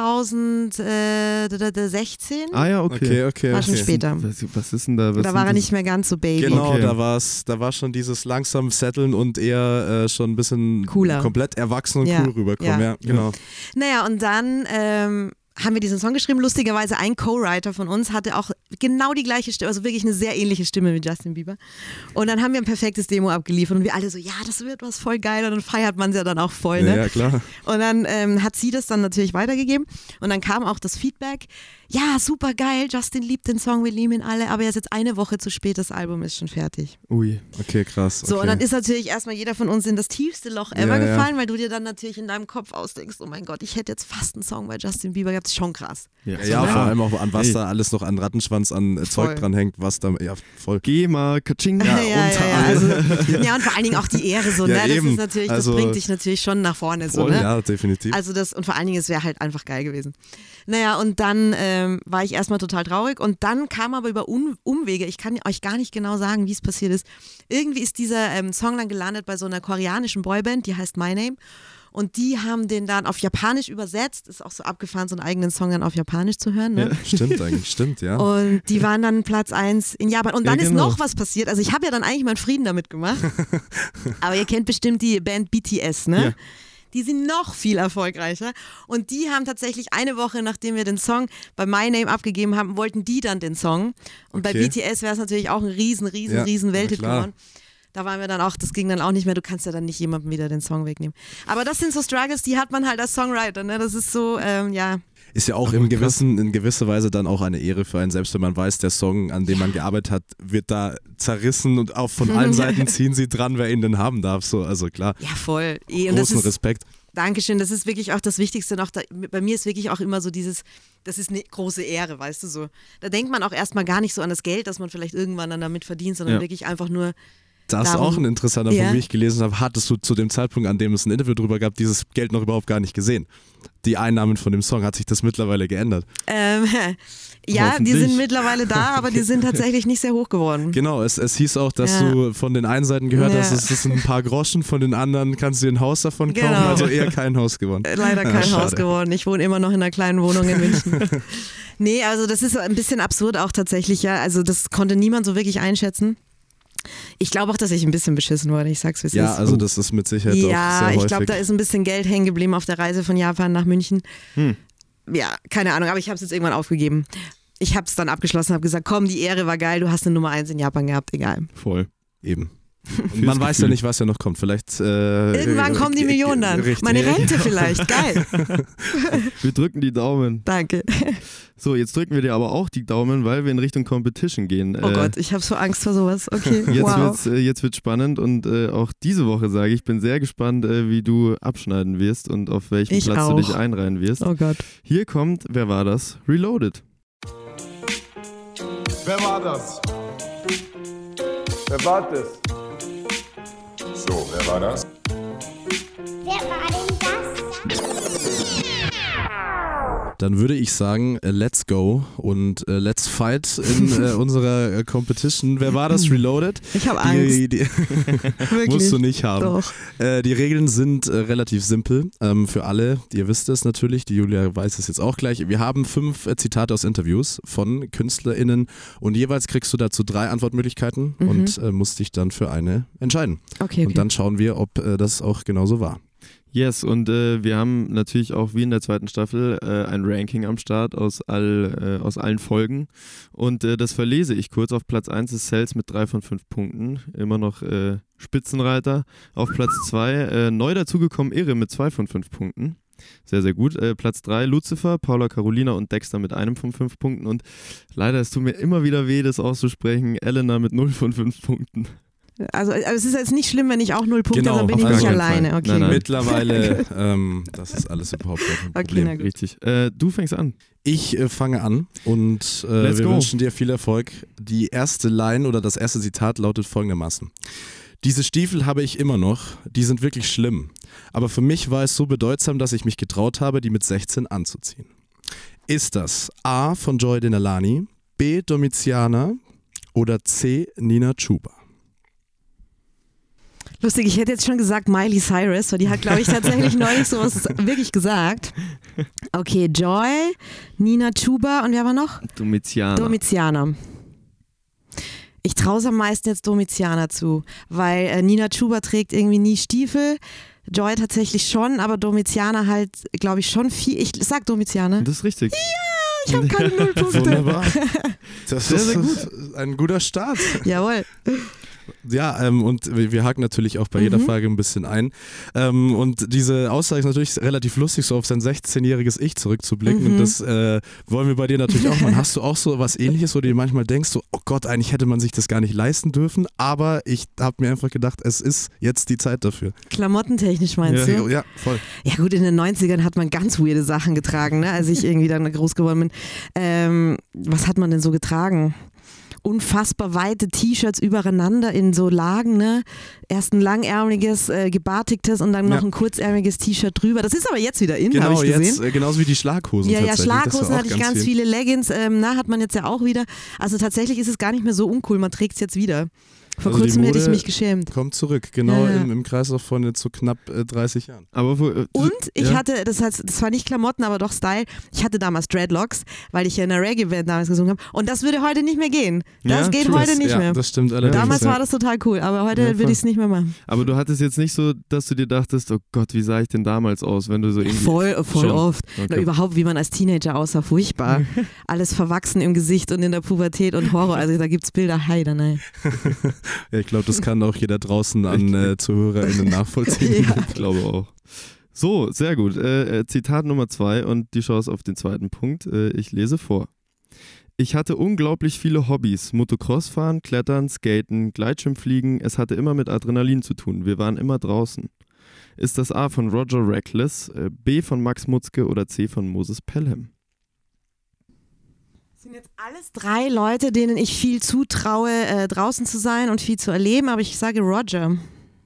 Speaker 1: zweitausendsechzehn.
Speaker 3: Ah ja, okay.
Speaker 4: Okay, okay,
Speaker 1: War schon
Speaker 4: okay.
Speaker 1: später.
Speaker 3: Was, was ist denn da? Was
Speaker 1: Da
Speaker 3: sind
Speaker 1: war er
Speaker 3: das?
Speaker 1: nicht mehr ganz so Baby.
Speaker 4: Genau,
Speaker 3: Okay.
Speaker 4: da war's, da war schon dieses langsam Setteln und eher äh, schon ein bisschen
Speaker 1: Cooler.
Speaker 4: komplett erwachsen und
Speaker 1: Ja,
Speaker 4: cool rüberkommen. Ja,
Speaker 1: ja.
Speaker 4: genau.
Speaker 1: Naja, und dann ähm, haben wir diesen Song geschrieben. Lustigerweise ein Co-Writer von uns hatte auch genau die gleiche Stimme, also wirklich eine sehr ähnliche Stimme wie Justin Bieber. Und dann haben wir ein perfektes Demo abgeliefert und wir alle so, ja, das wird was voll geil und dann feiert man es ja dann auch voll. Ne?
Speaker 4: Ja, ja, klar.
Speaker 1: Und dann ähm, hat sie das dann natürlich weitergegeben und dann kam auch das Feedback, ja, super geil, Justin liebt den Song, wir lieben ihn alle, aber er ist jetzt eine Woche zu spät, das Album ist schon fertig.
Speaker 3: Ui.
Speaker 4: Okay, krass. Okay.
Speaker 1: So, und dann ist natürlich erstmal jeder von uns in das tiefste Loch ever
Speaker 4: Ja, ja.
Speaker 1: gefallen, weil du dir dann natürlich in deinem Kopf ausdenkst, oh mein Gott, ich hätte jetzt fast einen Song bei Justin Bieber gehabt, das ist schon krass.
Speaker 4: ja, ja, vor allem auch an was
Speaker 3: Ey.
Speaker 4: da alles noch an Rattenschwanz an äh,
Speaker 1: Voll.
Speaker 4: Zeug dranhängt, was da, ja, voll.
Speaker 3: GEMA, Kaching.
Speaker 1: Ja, ja,
Speaker 4: unter
Speaker 1: ja,
Speaker 4: anderem.
Speaker 1: also, ja, und vor allen Dingen auch die Ehre so,
Speaker 4: Ja,
Speaker 1: ne? Das
Speaker 4: eben.
Speaker 1: ist natürlich, das
Speaker 4: Also,
Speaker 1: bringt dich natürlich schon nach vorne so,
Speaker 4: Voll,
Speaker 1: ne?
Speaker 4: ja, definitiv.
Speaker 1: Also das, und vor allen Dingen, es wäre halt einfach geil gewesen. Naja, und dann ähm, war ich erstmal total traurig und dann kam aber über Un Umwege, ich kann euch gar nicht genau sagen, wie es passiert ist. Irgendwie ist dieser ähm, Song dann gelandet bei so einer koreanischen Boyband, die heißt My Name. Und die haben den dann auf Japanisch übersetzt. Ist auch so abgefahren, so einen eigenen Song dann auf Japanisch zu hören. Ne?
Speaker 4: Stimmt eigentlich, stimmt, ja.
Speaker 1: Und die waren dann Platz eins in Japan. Und dann
Speaker 3: Ja,
Speaker 1: ist
Speaker 3: genau.
Speaker 1: noch was passiert. Also ich habe ja dann eigentlich meinen Frieden damit gemacht. Aber ihr kennt bestimmt die Band B T S, ne?
Speaker 3: Ja.
Speaker 1: Die sind noch viel erfolgreicher. Und die haben tatsächlich eine Woche, nachdem wir den Song bei My Name abgegeben haben, wollten die dann den Song. Und bei
Speaker 4: Okay.
Speaker 1: B T S wäre es natürlich auch ein riesen, riesen,
Speaker 4: Ja,
Speaker 1: riesen
Speaker 4: na
Speaker 1: Welthit
Speaker 4: klar.
Speaker 1: geworden. Da waren wir dann auch, das ging dann auch nicht mehr, du kannst ja dann nicht jemandem wieder den Song wegnehmen. Aber das sind so Struggles, die hat man halt als Songwriter, ne? Das ist so, ähm, ja.
Speaker 4: Ist ja auch
Speaker 3: Aber
Speaker 4: im
Speaker 3: krass.
Speaker 4: gewissen, in gewisser Weise dann auch eine Ehre für einen, selbst wenn man weiß, der Song, an dem man gearbeitet hat, wird da zerrissen und auch von allen Seiten ziehen sie dran, wer ihn denn haben darf. So, also klar,
Speaker 1: Ja, voll. Eh, und das
Speaker 4: großen
Speaker 1: ist,
Speaker 4: Respekt.
Speaker 1: Dankeschön, das ist wirklich auch das Wichtigste noch. Da, bei mir ist wirklich auch immer so dieses, das ist eine große Ehre, weißt du so. Da denkt man auch erstmal gar nicht so an das Geld, das man vielleicht irgendwann dann damit verdient, sondern
Speaker 3: Ja.
Speaker 1: wirklich einfach nur,
Speaker 4: Das ist
Speaker 1: Darum-
Speaker 4: auch ein interessanter
Speaker 1: Ja.
Speaker 4: Punkt, wie ich gelesen habe. Hattest du zu dem Zeitpunkt, an dem es ein Interview drüber gab, dieses Geld noch überhaupt gar nicht gesehen? Die Einnahmen von dem Song, hat sich das mittlerweile geändert?
Speaker 1: Ähm, ja, die
Speaker 3: Hoffentlich.
Speaker 1: sind mittlerweile da, aber die sind tatsächlich nicht sehr hoch geworden.
Speaker 4: Genau, es, es hieß auch, dass
Speaker 1: Ja.
Speaker 4: du von den einen Seiten gehört
Speaker 1: Ja.
Speaker 4: hast, es ist ein paar Groschen, von den anderen kannst du dir ein Haus davon kaufen,
Speaker 1: Genau.
Speaker 4: also eher kein Haus gewonnen.
Speaker 1: Äh, Leider
Speaker 4: Ja,
Speaker 1: kein
Speaker 4: schade.
Speaker 1: Haus geworden. Ich wohne immer noch in einer kleinen Wohnung in München. Nee, also das ist ein bisschen absurd auch tatsächlich, ja. Also das konnte niemand so wirklich einschätzen. Ich glaube auch, dass ich ein bisschen beschissen wurde, ich sag's wie es
Speaker 4: Ja,
Speaker 1: ist.
Speaker 4: also das ist mit Sicherheit auch
Speaker 1: Ja,
Speaker 4: sehr häufig.
Speaker 1: ich glaube, da ist ein bisschen Geld hängen geblieben auf der Reise von Japan nach München.
Speaker 3: Hm.
Speaker 1: Ja, keine Ahnung, aber ich habe es jetzt irgendwann aufgegeben. Ich habe es dann abgeschlossen, habe gesagt, komm, die Ehre war geil, du hast eine Nummer eins in Japan gehabt, egal.
Speaker 3: Voll.
Speaker 4: Eben. Und
Speaker 3: Fürs
Speaker 4: man weiß ja
Speaker 3: Gefühl.
Speaker 4: nicht, was ja noch kommt. Vielleicht äh,
Speaker 1: Irgendwann
Speaker 4: äh,
Speaker 1: kommen die
Speaker 4: äh,
Speaker 1: Millionen dann.
Speaker 4: richtig.
Speaker 1: Meine Rente vielleicht, geil.
Speaker 3: Wir drücken die Daumen.
Speaker 1: Danke.
Speaker 3: So, jetzt drücken wir dir aber auch die Daumen, weil wir in Richtung Competition gehen.
Speaker 1: Oh Gott, ich habe so Angst vor sowas. Okay,
Speaker 3: Jetzt
Speaker 1: wow.
Speaker 3: wird's, äh, jetzt wird's spannend und äh, auch diese Woche sage ich, bin sehr gespannt, äh, wie du abschneiden wirst und auf welchen
Speaker 1: Ich
Speaker 3: Platz
Speaker 1: auch.
Speaker 3: du dich einreihen wirst.
Speaker 1: Oh Gott.
Speaker 3: Hier kommt, wer war das? Reloaded.
Speaker 6: Wer war das? Wer war das?
Speaker 5: So, wer war das?
Speaker 2: Wer war denn das?
Speaker 4: Dann würde ich sagen, äh, let's go und äh, let's fight in äh, unserer äh, Competition. Wer war das? Reloaded?
Speaker 1: Ich habe Angst.
Speaker 4: Die, die
Speaker 1: Wirklich.
Speaker 4: musst du nicht haben.
Speaker 1: Doch.
Speaker 4: Äh, die Regeln sind äh, relativ simpel ähm, für alle. Ihr wisst es natürlich, die Julia weiß es jetzt auch gleich. Wir haben fünf äh, Zitate aus Interviews von KünstlerInnen und jeweils kriegst du dazu drei Antwortmöglichkeiten
Speaker 1: Mhm.
Speaker 4: und äh, musst dich dann für eine entscheiden.
Speaker 1: Okay, okay.
Speaker 4: Und dann schauen wir, ob äh, das auch genauso war.
Speaker 3: Yes, und äh, wir haben natürlich auch wie in der zweiten Staffel äh, ein Ranking am Start aus, all, äh, aus allen Folgen. Und äh, das verlese ich kurz. Auf Platz eins ist Cells mit drei von fünf Punkten. Immer noch äh, Spitzenreiter. Auf Platz zwei äh, neu dazugekommen Irre mit zwei von fünf Punkten. Sehr, sehr gut. Äh, Platz drei Lucifer, Paula Carolina und Dexter mit einem von fünf Punkten. Und leider, es tut mir immer wieder weh, das auszusprechen, Elena mit null von fünf Punkten.
Speaker 1: Also, also es ist jetzt nicht schlimm, wenn ich auch null Punkte
Speaker 4: Genau,
Speaker 1: habe, dann bin
Speaker 4: auf
Speaker 1: ich nicht
Speaker 4: gar
Speaker 3: keinen
Speaker 1: alleine.
Speaker 3: Fall.
Speaker 1: Okay.
Speaker 3: Nein, nein.
Speaker 4: Mittlerweile, ähm, das ist alles überhaupt kein
Speaker 1: Okay,
Speaker 4: Problem.
Speaker 1: na gut.
Speaker 3: Richtig. Äh, du fängst an.
Speaker 4: Ich äh, fange an und äh,
Speaker 3: Let's
Speaker 4: wir
Speaker 3: go.
Speaker 4: wünschen dir viel Erfolg. Die erste Line oder das erste Zitat lautet folgendermaßen. Diese Stiefel habe ich immer noch, die sind wirklich schlimm. Aber für mich war es so bedeutsam, dass ich mich getraut habe, die mit sechzehn anzuziehen. Ist das A von Joy Denalani, B Domiziana oder C Nina Chuba?
Speaker 1: Lustig, ich hätte jetzt schon gesagt Miley Cyrus, weil die hat, glaube ich, tatsächlich neulich sowas wirklich gesagt. Okay, Joy, Nina Chuba und wer war noch?
Speaker 3: Domiziana.
Speaker 1: Domiziana. Ich traue es am meisten jetzt Domiziana zu, weil äh, Nina Chuba trägt irgendwie nie Stiefel, Joy tatsächlich schon, aber Domiziana halt, glaube ich, schon viel. Ich sag Domiziana.
Speaker 3: Das ist richtig.
Speaker 1: Ich habe keine Nullpunkte.
Speaker 4: Wunderbar. Das
Speaker 3: Sehr,
Speaker 4: ist
Speaker 3: sehr gut.
Speaker 4: ein guter Start.
Speaker 1: Jawohl.
Speaker 4: Ja, ähm, und wir wir haken natürlich auch bei jeder
Speaker 1: Mhm.
Speaker 4: Frage ein bisschen ein. Ähm, und diese Aussage ist natürlich relativ lustig, so auf sein sechzehnjähriges Ich zurückzublicken.
Speaker 1: Mhm.
Speaker 4: Und das äh, wollen wir bei dir natürlich auch machen. Hast du auch so was Ähnliches, wo du dir manchmal denkst, so, oh Gott, eigentlich hätte man sich das gar nicht leisten dürfen, aber ich habe mir einfach gedacht, es ist jetzt die Zeit dafür.
Speaker 1: Klamottentechnisch meinst
Speaker 3: Ja.
Speaker 1: du?
Speaker 4: Ja, voll.
Speaker 1: Ja gut, in den neunzigern hat man ganz weirde Sachen getragen, ne? als ich irgendwie dann groß geworden bin. Ähm, was hat man denn so getragen? Unfassbar weite T-Shirts übereinander in so Lagen, ne? Erst ein langärmeliges, äh, gebartigtes und dann noch
Speaker 4: Ja.
Speaker 1: ein kurzärmeliges T-Shirt drüber. Das ist aber jetzt wieder in, habe
Speaker 4: Genau,
Speaker 1: ich gesehen.
Speaker 4: jetzt, äh, genauso wie die Schlaghosen
Speaker 1: Ja, ja,
Speaker 4: tatsächlich. Das war
Speaker 1: Schlaghosen
Speaker 4: auch
Speaker 1: hatte ich ganz
Speaker 4: viel.
Speaker 1: viele, Leggings, ähm, na, hat man jetzt ja auch wieder. Also tatsächlich ist es gar nicht mehr so uncool, man trägt es jetzt wieder. Vor
Speaker 4: Also die
Speaker 1: kurzem hätte ich
Speaker 4: Mode
Speaker 1: mich geschämt.
Speaker 4: Kommt zurück, genau
Speaker 1: Ja, ja.
Speaker 4: Im, im Kreis auch von jetzt so knapp äh, dreißig Jahren.
Speaker 3: Aber wo, äh,
Speaker 1: Und ich
Speaker 3: ja.
Speaker 1: hatte, das heißt, das war nicht Klamotten, aber doch Style. Ich hatte damals Dreadlocks, weil ich ja in einer Reggae-Band damals gesungen habe. Und das würde heute nicht mehr gehen. Das
Speaker 3: Ja,
Speaker 1: geht
Speaker 3: true.
Speaker 1: heute nicht
Speaker 4: ja,
Speaker 1: mehr.
Speaker 4: das stimmt allerdings.
Speaker 1: Damals
Speaker 4: ja.
Speaker 1: war das total cool, aber heute
Speaker 3: Ja,
Speaker 1: würde
Speaker 3: voll.
Speaker 1: ich es nicht mehr machen.
Speaker 3: Aber du hattest jetzt nicht so, dass du dir dachtest, oh Gott, wie sah ich denn damals aus, wenn du so irgendwie...
Speaker 1: Voll, voll
Speaker 3: Schon.
Speaker 1: oft.
Speaker 3: Okay.
Speaker 1: Na, überhaupt, wie man als Teenager aussah, furchtbar. Alles verwachsen im Gesicht und in der Pubertät und Horror. Also da gibt es Bilder, heider, nein.
Speaker 4: Ja, ich glaube, das kann auch jeder draußen an äh, ZuhörerInnen nachvollziehen.
Speaker 1: Ja.
Speaker 3: Ich glaube auch. So, sehr gut. Äh, äh, Zitat Nummer zwei und die Chance auf den zweiten Punkt. Äh, ich lese vor. Ich hatte unglaublich viele Hobbys. Motocross fahren, Klettern, Skaten, Gleitschirmfliegen. Es hatte immer mit Adrenalin zu tun. Wir waren immer draußen. Ist das A von Roger Reckless, äh, B von Max Mutzke oder C von Moses Pelham?
Speaker 1: sind jetzt alles drei Leute, denen ich viel zutraue, äh, draußen zu sein und viel zu erleben, aber ich sage Roger.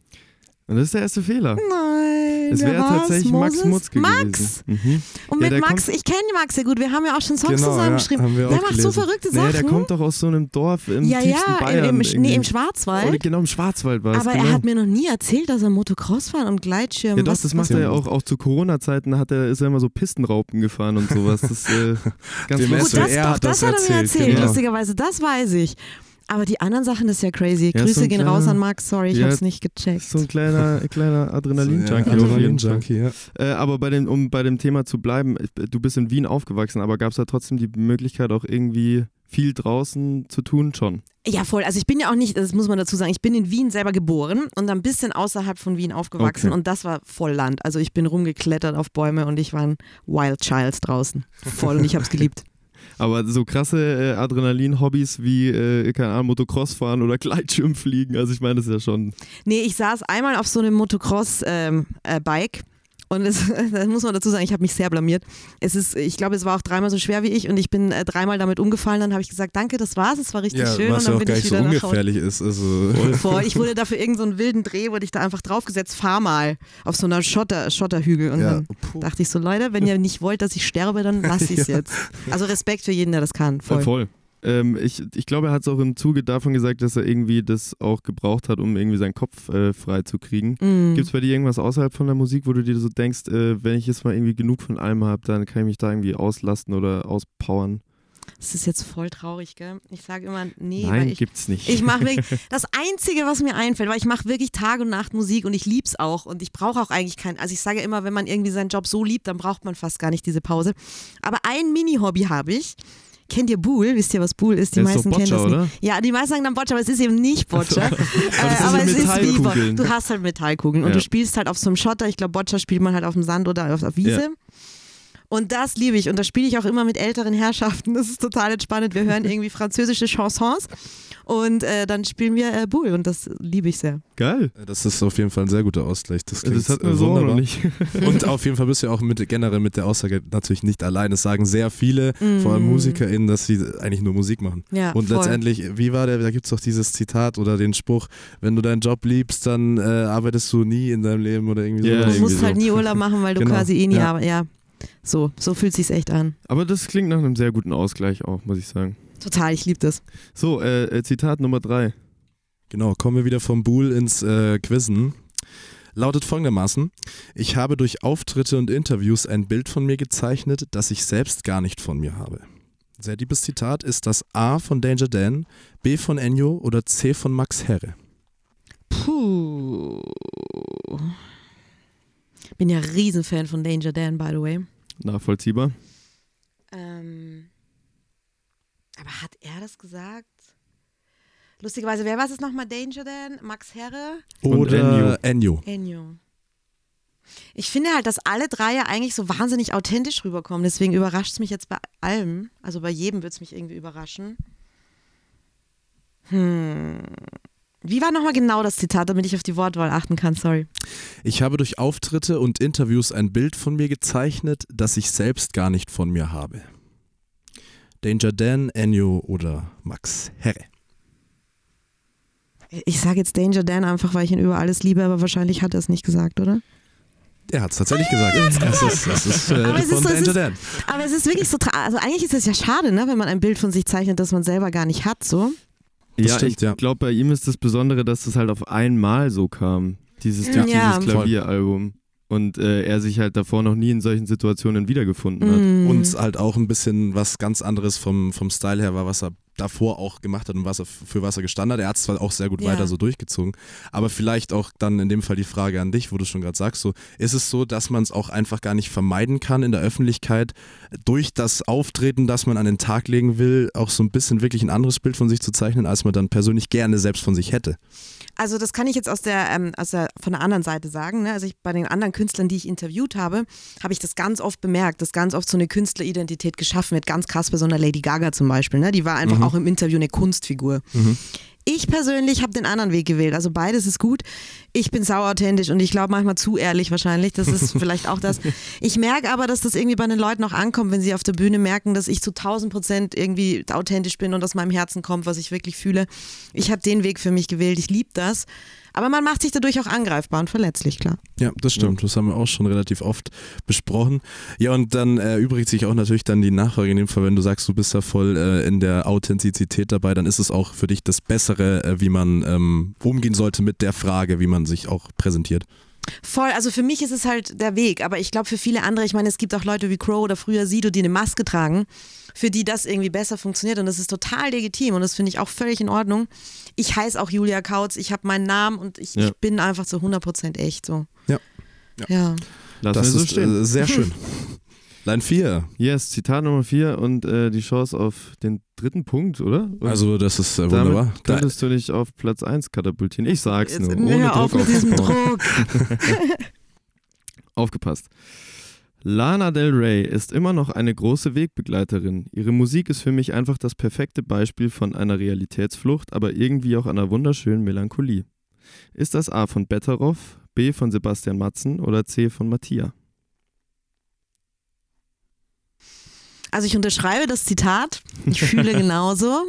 Speaker 3: Und das ist der erste Fehler.
Speaker 1: Nein,
Speaker 3: Es
Speaker 1: wer
Speaker 3: wäre
Speaker 1: war's?
Speaker 3: tatsächlich Max
Speaker 1: Moses?
Speaker 3: Mutzke
Speaker 1: Max!
Speaker 3: gewesen. Mhm.
Speaker 1: Und
Speaker 3: Ja,
Speaker 1: mit
Speaker 3: der
Speaker 1: Max,
Speaker 3: kommt-
Speaker 1: ich kenne Max sehr gut, wir haben ja auch schon Songs
Speaker 4: Genau,
Speaker 1: zusammengeschrieben.
Speaker 4: ja, haben wir
Speaker 1: der
Speaker 4: auch
Speaker 1: macht so
Speaker 4: gelesen.
Speaker 1: verrückte
Speaker 3: Nee,
Speaker 1: Sachen.
Speaker 3: der kommt doch aus so einem Dorf im
Speaker 1: ja,
Speaker 3: tiefsten
Speaker 1: ja,
Speaker 3: Bayern.
Speaker 1: im, im,
Speaker 3: irgendwie.
Speaker 1: nee, im Schwarzwald.
Speaker 3: Oder genau, im Schwarzwald war es.
Speaker 1: Aber
Speaker 3: genau.
Speaker 1: er hat mir noch nie erzählt, dass er Motocross fahren und Gleitschirm.
Speaker 3: Ja doch,
Speaker 1: was,
Speaker 3: das macht
Speaker 1: was,
Speaker 3: er ja auch, auch zu Corona-Zeiten hat er, ist er immer so Pistenraupen gefahren und sowas. Das ist äh, ganz
Speaker 4: Dem
Speaker 1: Gut,
Speaker 3: lustig.
Speaker 1: das,
Speaker 4: Er
Speaker 1: doch,
Speaker 4: hat
Speaker 1: das
Speaker 4: das
Speaker 1: hat er mir
Speaker 4: erzählt,
Speaker 1: erzählt,
Speaker 4: genau.
Speaker 1: lustigerweise, das weiß ich. Aber die anderen Sachen, das ist ja crazy.
Speaker 3: Ja,
Speaker 1: Grüße
Speaker 3: so ein
Speaker 1: gehen
Speaker 3: kleiner-
Speaker 1: raus an Max, sorry, ich
Speaker 3: Ja,
Speaker 1: hab's nicht gecheckt.
Speaker 3: So ein kleiner, kleiner Adrenalin-Junkie.
Speaker 4: Ja,
Speaker 3: auf jeden Fall.
Speaker 4: Adrenalin-Junkie, ja.
Speaker 3: Äh, aber bei dem, um bei dem Thema zu bleiben, ich- du bist in Wien aufgewachsen, aber gab es da trotzdem die Möglichkeit, auch irgendwie viel draußen zu tun schon?
Speaker 1: Ja, voll. Also ich bin ja auch nicht, das muss man dazu sagen, ich bin in Wien selber geboren und ein bisschen außerhalb von Wien aufgewachsen
Speaker 3: Okay.
Speaker 1: und das war voll Land. Also ich bin rumgeklettert auf Bäume und ich war ein Wild Child draußen. Voll und ich hab's geliebt.
Speaker 3: Aber so krasse äh, Adrenalin-Hobbys wie, äh, keine Ahnung, Motocross fahren oder Gleitschirm fliegen, also ich meine, das ist ja schon...
Speaker 1: Nee, ich saß einmal auf so einem Motocross-Bike und es, das muss man dazu sagen, ich habe mich sehr blamiert. Es ist, ich glaube, es war auch dreimal so schwer wie ich und ich bin äh, dreimal damit umgefallen. Dann habe ich gesagt, danke, das war's, es war richtig
Speaker 4: Ja,
Speaker 1: schön
Speaker 4: was
Speaker 1: und
Speaker 4: ja
Speaker 1: dann
Speaker 4: auch
Speaker 1: bin
Speaker 4: gar
Speaker 1: ich
Speaker 4: nicht so
Speaker 1: wieder nach Hause.
Speaker 4: ungefährlich ist. Also
Speaker 1: Vor. Ich wurde dafür irgendeinen so einen wilden Dreh, wurde ich da einfach draufgesetzt, fahr mal auf so einer Schotter, Schotterhügel und
Speaker 4: ja,
Speaker 1: dann
Speaker 4: puh.
Speaker 1: dachte ich so, Leute, wenn ihr nicht wollt, dass ich sterbe, dann lass ich es
Speaker 4: Ja.
Speaker 1: jetzt. Also Respekt für jeden, der das kann. Voll.
Speaker 3: Voll. voll. Ähm, ich, ich glaube, er hat es auch im Zuge davon gesagt, dass er irgendwie das auch gebraucht hat, um irgendwie seinen Kopf äh, frei zu kriegen.
Speaker 1: Mm.
Speaker 3: Gibt es bei dir irgendwas außerhalb von der Musik, wo du dir so denkst, äh, wenn ich jetzt mal irgendwie genug von allem habe, dann kann ich mich da irgendwie auslasten oder auspowern?
Speaker 1: Das ist jetzt voll traurig, gell? Ich sage immer, nee,
Speaker 3: Nein,
Speaker 1: weil ich,
Speaker 3: gibt's nicht.
Speaker 1: ich mache wirklich, das Einzige, was mir einfällt, weil ich mache wirklich Tag und Nacht Musik und ich lieb's auch und ich brauche auch eigentlich keinen, also ich sage immer, wenn man irgendwie seinen Job so liebt, dann braucht man fast gar nicht diese Pause. Aber ein Mini-Hobby habe ich. Kennt ihr Bool? Wisst ihr, was Bool ist? Die
Speaker 3: Das ist
Speaker 1: meisten
Speaker 3: doch
Speaker 1: kennen das
Speaker 3: Boccia,
Speaker 1: nicht.
Speaker 3: oder?
Speaker 1: Ja, die meisten sagen dann Boccia, aber es ist eben nicht Boccia.
Speaker 3: Ach so.
Speaker 1: Äh,
Speaker 3: das
Speaker 1: aber
Speaker 3: sind
Speaker 1: es ist wie Bo-
Speaker 3: Metallkugeln.
Speaker 1: du hast halt Metallkugeln und
Speaker 3: Ja.
Speaker 1: du spielst halt auf so einem Schotter. Ich glaube, Boccia spielt man halt auf dem Sand oder auf der Wiese.
Speaker 3: Ja.
Speaker 1: Und das liebe ich. Und das spiele ich auch immer mit älteren Herrschaften. Das ist total entspannend. Wir hören irgendwie französische Chansons und äh, dann spielen wir äh, Bool und das liebe ich sehr.
Speaker 3: Geil.
Speaker 4: Das ist auf jeden Fall ein sehr guter Ausgleich. Das, klingt
Speaker 3: Das hatten wir
Speaker 4: äh,
Speaker 3: so auch
Speaker 4: wunderbar.
Speaker 3: noch nicht.
Speaker 4: Und auf jeden Fall bist du ja auch mit, generell mit der Aussage natürlich nicht allein. Es sagen sehr viele, vor allem MusikerInnen, dass sie eigentlich nur Musik machen.
Speaker 1: Ja,
Speaker 4: Und
Speaker 1: voll.
Speaker 4: letztendlich, wie war der, da gibt es doch dieses Zitat oder den Spruch, wenn du deinen Job liebst, dann äh, arbeitest du nie in deinem Leben oder irgendwie
Speaker 3: Ja,
Speaker 4: so.
Speaker 1: Du
Speaker 3: irgendwie
Speaker 1: musst
Speaker 3: so.
Speaker 1: halt nie Urlaub machen, weil du
Speaker 4: Genau.
Speaker 1: quasi eh nie
Speaker 4: Ja.
Speaker 1: arbeitest. Ja, so, so fühlt sich's echt an.
Speaker 3: Aber das klingt nach einem sehr guten Ausgleich auch, muss ich sagen.
Speaker 1: Total, ich liebe das.
Speaker 3: So, äh, äh, Zitat Nummer drei.
Speaker 4: Genau, kommen wir wieder vom Buhl ins äh, Quizzen. Lautet folgendermaßen: Ich habe durch Auftritte und Interviews ein Bild von mir gezeichnet, das ich selbst gar nicht von mir habe. Sehr liebes Zitat. Ist das A von Danger Dan, B von Ennio oder C von Max Herre?
Speaker 1: Puh. Bin ja Riesenfan von Danger Dan, by the way.
Speaker 3: Nachvollziehbar.
Speaker 1: Ähm, aber hat er das gesagt? Lustigerweise, wer war es nochmal? Danger Dan? Max Herre?
Speaker 3: Und
Speaker 4: Oder Ennio.
Speaker 1: Ennio. Ich finde halt, dass alle drei ja eigentlich so wahnsinnig authentisch rüberkommen. Deswegen überrascht es mich jetzt bei allem. Also bei jedem wird es mich irgendwie überraschen. Hm. Wie war nochmal genau das Zitat, damit ich auf die Wortwahl achten kann? Sorry.
Speaker 4: Ich habe durch Auftritte und Interviews ein Bild von mir gezeichnet, das ich selbst gar nicht von mir habe. Danger Dan, Ennio oder Max Herre?
Speaker 1: Ich sage jetzt Danger Dan einfach, weil ich ihn über alles liebe, aber wahrscheinlich hat er es nicht gesagt, oder?
Speaker 4: Er hat es tatsächlich gesagt. Das ist, das ist, äh,
Speaker 1: Aber es
Speaker 4: von
Speaker 1: ist so, es
Speaker 4: Danger
Speaker 1: ist-
Speaker 4: Dan.
Speaker 1: Aber es ist wirklich so, tra- also eigentlich ist es ja schade, ne, wenn man ein Bild von sich zeichnet, das man selber gar nicht hat, so.
Speaker 4: Das
Speaker 3: ja,
Speaker 4: stimmt,
Speaker 3: ich
Speaker 4: ja.
Speaker 3: glaube, bei ihm ist das Besondere, dass das halt auf einmal so kam. Dieses,
Speaker 1: Ja.
Speaker 3: durch
Speaker 1: Ja.
Speaker 3: dieses Klavieralbum. Und äh, er sich halt davor noch nie in solchen Situationen wiedergefunden hat.
Speaker 1: Mm.
Speaker 4: Und halt auch ein bisschen was ganz anderes vom, vom Style her war, was er davor auch gemacht hat und was er, für was er gestanden hat. Er hat es zwar auch sehr gut
Speaker 1: Ja.
Speaker 4: weiter so durchgezogen, aber vielleicht auch dann in dem Fall die Frage an dich, wo du schon gerade sagst, so, ist es so, dass man es auch einfach gar nicht vermeiden kann in der Öffentlichkeit, durch das Auftreten, das man an den Tag legen will, auch so ein bisschen wirklich ein anderes Bild von sich zu zeichnen, als man dann persönlich gerne selbst von sich hätte?
Speaker 1: Also das kann ich jetzt aus der, ähm, aus der von der anderen Seite sagen. Ne? Also ich, bei den anderen Künstlern, die ich interviewt habe, habe ich das ganz oft bemerkt, dass ganz oft so eine Künstleridentität geschaffen wird. Ganz krass bei so einer Lady Gaga zum Beispiel. Ne? Die war einfach
Speaker 4: Mhm.
Speaker 1: auch im Interview eine Kunstfigur.
Speaker 4: Mhm.
Speaker 1: Ich persönlich habe den anderen Weg gewählt, also beides ist gut. Ich bin sau authentisch und ich glaube manchmal zu ehrlich wahrscheinlich, das ist vielleicht auch das. Ich merke aber, dass das irgendwie bei den Leuten auch ankommt, wenn sie auf der Bühne merken, dass ich zu tausend Prozent irgendwie authentisch bin und aus meinem Herzen kommt, was ich wirklich fühle. Ich habe den Weg für mich gewählt, ich liebe das. Aber man macht sich dadurch auch angreifbar und verletzlich, klar.
Speaker 4: Ja, das stimmt. Das haben wir auch schon relativ oft besprochen. Ja, und dann erübrigt sich auch natürlich dann die Nachfrage in dem Fall, wenn du sagst, du bist da voll äh, in der Authentizität dabei, dann ist es auch für dich das Bessere, äh, wie man ähm, umgehen sollte mit der Frage, wie man sich auch präsentiert.
Speaker 1: Voll, also für mich ist es halt der Weg, aber ich glaube für viele andere, ich meine, es gibt auch Leute wie Crow oder früher Sido, die eine Maske tragen, für die das irgendwie besser funktioniert und das ist total legitim und das finde ich auch völlig in Ordnung. Ich heiße auch Julia Kautz, ich habe meinen Namen und ich,
Speaker 3: Ja.
Speaker 1: ich bin einfach zu hundert Prozent echt so.
Speaker 4: Ja.
Speaker 1: Ja.
Speaker 4: Ja.
Speaker 3: Lassen
Speaker 4: Das
Speaker 3: wir so
Speaker 4: ist
Speaker 3: stehen.
Speaker 4: äh, sehr schön. Line vier.
Speaker 3: Yes, Zitat Nummer vier und äh, die Chance auf den dritten Punkt, oder? Und
Speaker 4: Also das ist äh, wunderbar.
Speaker 3: damit könntest du dich auf Platz eins katapultieren. Ich sag's
Speaker 1: Jetzt,
Speaker 3: nur, ohne
Speaker 1: hör auf
Speaker 3: Druck
Speaker 1: mit diesem
Speaker 3: aufzubauen.
Speaker 1: Druck.
Speaker 3: Aufgepasst. Lana Del Rey ist immer noch eine große Wegbegleiterin. Ihre Musik ist für mich einfach das perfekte Beispiel von einer Realitätsflucht, aber irgendwie auch einer wunderschönen Melancholie. Ist das A von Betteroff, B von Sebastian Matzen oder C von Mattia?
Speaker 1: Also ich unterschreibe das Zitat, ich fühle genauso.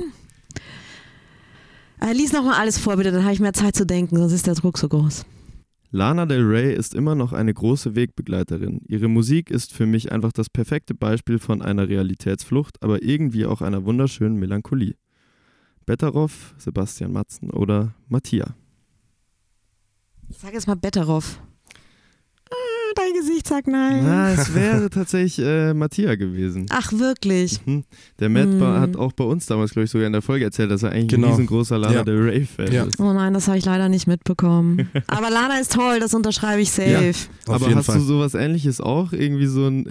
Speaker 1: Äh, lies nochmal alles vor, bitte, dann habe ich mehr Zeit zu denken, sonst ist der Druck so groß.
Speaker 3: Lana Del Rey ist immer noch eine große Wegbegleiterin. Ihre Musik ist für mich einfach das perfekte Beispiel von einer Realitätsflucht, aber irgendwie auch einer wunderschönen Melancholie. Betteroff, Sebastian Matzen oder Mattia?
Speaker 1: Ich sage jetzt mal Betteroff. Ah, dein Gesicht sagt nein.
Speaker 3: Na, es wäre tatsächlich äh, Mattia gewesen.
Speaker 1: Ach, wirklich?
Speaker 3: Mhm. Der Matt
Speaker 1: Mhm.
Speaker 3: war, hat auch bei uns damals, glaube ich, sogar in der Folge erzählt, dass er eigentlich
Speaker 4: Genau.
Speaker 3: ein riesengroßer Lana
Speaker 4: Ja.
Speaker 3: Del Rey-Fan
Speaker 4: Ja.
Speaker 3: ist.
Speaker 1: Oh nein, das habe ich leider nicht mitbekommen. Aber Lana ist toll, das unterschreibe ich safe.
Speaker 4: Auf
Speaker 3: Aber
Speaker 4: jeden
Speaker 3: hast
Speaker 4: Fall.
Speaker 3: du sowas Ähnliches auch? Irgendwie so ein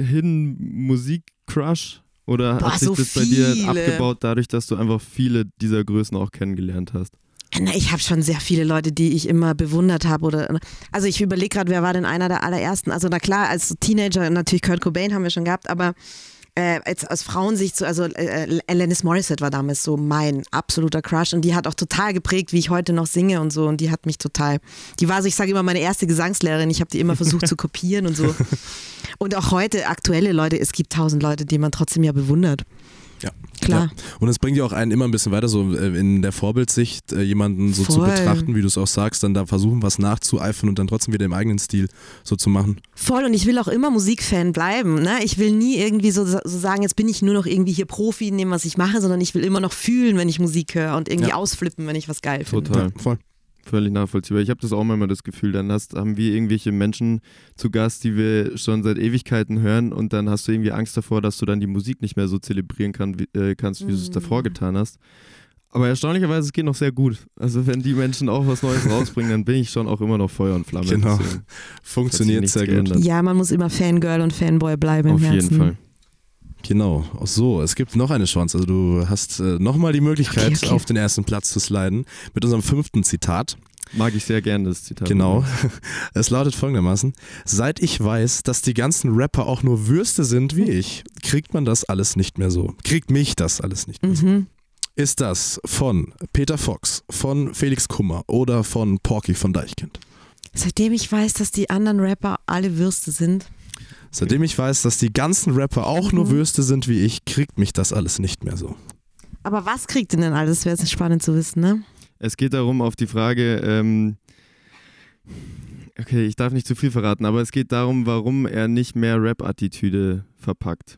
Speaker 3: Hidden-Musik-Crush? Oder
Speaker 1: Boah,
Speaker 3: hat sich
Speaker 1: so
Speaker 3: das bei dir
Speaker 1: viele.
Speaker 3: abgebaut, dadurch, dass du einfach viele dieser Größen auch kennengelernt hast?
Speaker 1: Na, ich habe schon sehr viele Leute, die ich immer bewundert habe. Oder, also ich überlege gerade, wer war denn einer der allerersten? Also na klar, als Teenager natürlich Kurt Cobain haben wir schon gehabt, aber äh, als, aus Frauensicht, so, also äh, Alanis Morissette war damals so mein absoluter Crush und die hat auch total geprägt, wie ich heute noch singe und so und die hat mich total, die war so, ich sage immer, meine erste Gesangslehrerin, ich habe die immer versucht zu kopieren und so. Und auch heute aktuelle Leute, es gibt tausend Leute, die man trotzdem ja bewundert.
Speaker 4: Ja.
Speaker 1: Klar.
Speaker 4: Ja. Und es bringt ja auch einen immer ein bisschen weiter, so äh, in der Vorbildsicht, äh, jemanden so zu
Speaker 1: Voll.
Speaker 4: betrachten, wie du es auch sagst, dann da versuchen, was nachzueifern und dann trotzdem wieder im eigenen Stil so zu machen.
Speaker 1: Voll, und ich will auch immer Musikfan bleiben. Ne? Ich will nie irgendwie so, so sagen, jetzt bin ich nur noch irgendwie hier Profi in dem, was ich mache, sondern ich will immer noch fühlen, wenn ich Musik höre und irgendwie
Speaker 4: Ja.
Speaker 1: ausflippen, wenn ich was geil finde.
Speaker 3: Total.
Speaker 4: Ja, voll.
Speaker 3: Völlig nachvollziehbar. Ich habe das auch manchmal das Gefühl, dann hast, haben wir irgendwelche Menschen zu Gast, die wir schon seit Ewigkeiten hören und dann hast du irgendwie Angst davor, dass du dann die Musik nicht mehr so zelebrieren kann, wie, äh, kannst, wie du es
Speaker 1: Mhm.
Speaker 3: davor getan hast. Aber erstaunlicherweise, es geht noch sehr gut. Also wenn die Menschen auch was Neues rausbringen, dann bin ich schon auch immer noch Feuer und Flamme.
Speaker 4: Genau.
Speaker 3: Deswegen
Speaker 4: Funktioniert
Speaker 3: hat sich
Speaker 4: sehr
Speaker 3: nichts
Speaker 4: gut.
Speaker 3: geändert.
Speaker 1: Ja, man muss immer Fangirl und Fanboy bleiben im
Speaker 3: Auf
Speaker 1: Herzen.
Speaker 3: jeden Fall.
Speaker 4: Genau. Auch so, es gibt noch eine Chance. Also du hast äh, nochmal die Möglichkeit,
Speaker 1: Okay, okay.
Speaker 4: auf den ersten Platz zu sliden mit unserem fünften Zitat.
Speaker 3: Mag ich sehr gerne das Zitat.
Speaker 4: Genau. Es lautet folgendermaßen: Seit ich weiß, dass die ganzen Rapper auch nur Würste sind wie ich, kriegt man das alles nicht mehr so. Kriegt mich das alles nicht mehr so.
Speaker 1: Mhm.
Speaker 4: Ist das von Peter Fox, von Felix Kummer oder von Porky von Deichkind?
Speaker 1: Seitdem ich weiß, dass die anderen Rapper alle Würste sind.
Speaker 4: Seitdem ich weiß, dass die ganzen Rapper auch nur
Speaker 1: Mhm.
Speaker 4: Würste sind wie ich, kriegt mich das alles nicht mehr so.
Speaker 1: Aber was kriegt denn denn alles? Wäre jetzt spannend zu wissen, ne?
Speaker 3: Es geht darum, auf die Frage, ähm, okay, ich darf nicht zu viel verraten, aber es geht darum, warum er nicht mehr Rap-Attitüde verpackt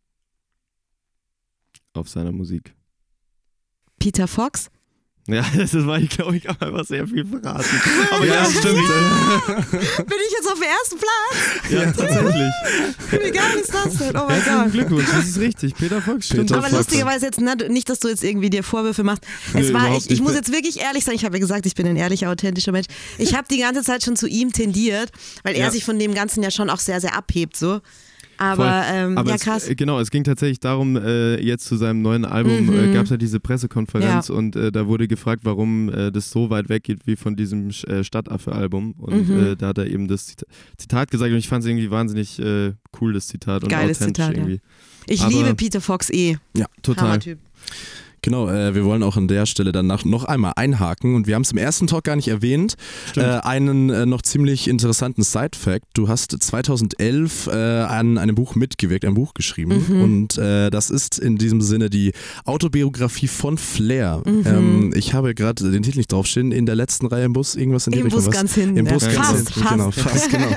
Speaker 3: auf seiner Musik.
Speaker 1: Peter Fox?
Speaker 3: Ja, das war, ich glaube ich, auch einfach sehr viel verraten. Aber
Speaker 4: Ja,
Speaker 3: ja,
Speaker 4: stimmt.
Speaker 1: Bin ich jetzt auf dem ersten Platz?
Speaker 3: Ja, tatsächlich.
Speaker 1: Wie geil ist das denn? Oh mein
Speaker 3: Herzlichen
Speaker 1: Gott.
Speaker 3: Glückwunsch, das ist richtig. Peter Fox, stimmt.
Speaker 4: Peter
Speaker 1: Aber
Speaker 4: Fox.
Speaker 1: lustigerweise jetzt, ne, nicht, dass du jetzt irgendwie dir Vorwürfe machst. Es
Speaker 3: Nee,
Speaker 1: war,
Speaker 3: überhaupt
Speaker 1: ich, ich
Speaker 3: nicht.
Speaker 1: muss jetzt wirklich ehrlich sein, ich habe ja gesagt, ich bin ein ehrlicher, authentischer Mensch. Ich habe die ganze Zeit schon zu ihm tendiert, weil er
Speaker 3: Ja.
Speaker 1: sich von dem Ganzen ja schon auch sehr, sehr abhebt. So. Aber, ähm,
Speaker 3: Aber
Speaker 1: ja,
Speaker 3: es,
Speaker 1: krass.
Speaker 3: äh, genau, es ging tatsächlich darum, äh, jetzt zu seinem neuen Album
Speaker 1: Mhm.
Speaker 3: äh, gab es ja diese Pressekonferenz
Speaker 1: Ja.
Speaker 3: und äh, da wurde gefragt, warum äh, das so weit weggeht wie von diesem äh, Stadtaffe-Album. Und
Speaker 1: Mhm.
Speaker 3: äh, da hat er eben das Zita- Zitat gesagt und ich fand es irgendwie wahnsinnig äh, cool, das Zitat und
Speaker 1: Geiles
Speaker 3: authentisch
Speaker 1: Zitat, ja.
Speaker 3: irgendwie.
Speaker 1: Ich
Speaker 3: aber-
Speaker 1: liebe Peter Fox eh.
Speaker 3: Total.
Speaker 1: Hammertyp.
Speaker 4: Genau, äh, wir wollen auch an der Stelle dann nach, noch einmal einhaken und wir haben es im ersten Talk gar nicht erwähnt, äh, einen äh, noch ziemlich interessanten Side-Fact. Du hast zweitausendelf äh, an einem Buch mitgewirkt, ein Buch geschrieben
Speaker 1: Mhm.
Speaker 4: und äh, das ist in diesem Sinne die Autobiografie von Flair.
Speaker 1: Mhm.
Speaker 4: Ähm, ich habe gerade den Titel nicht draufstehen, in der letzten Reihe im Bus, irgendwas in die
Speaker 1: Im
Speaker 4: Richtung.
Speaker 1: Bus
Speaker 4: was?
Speaker 1: ganz hinten.
Speaker 4: Im
Speaker 1: ja.
Speaker 4: Bus ganz
Speaker 1: fast,
Speaker 4: hinten,
Speaker 1: fast.
Speaker 4: genau, fast, genau.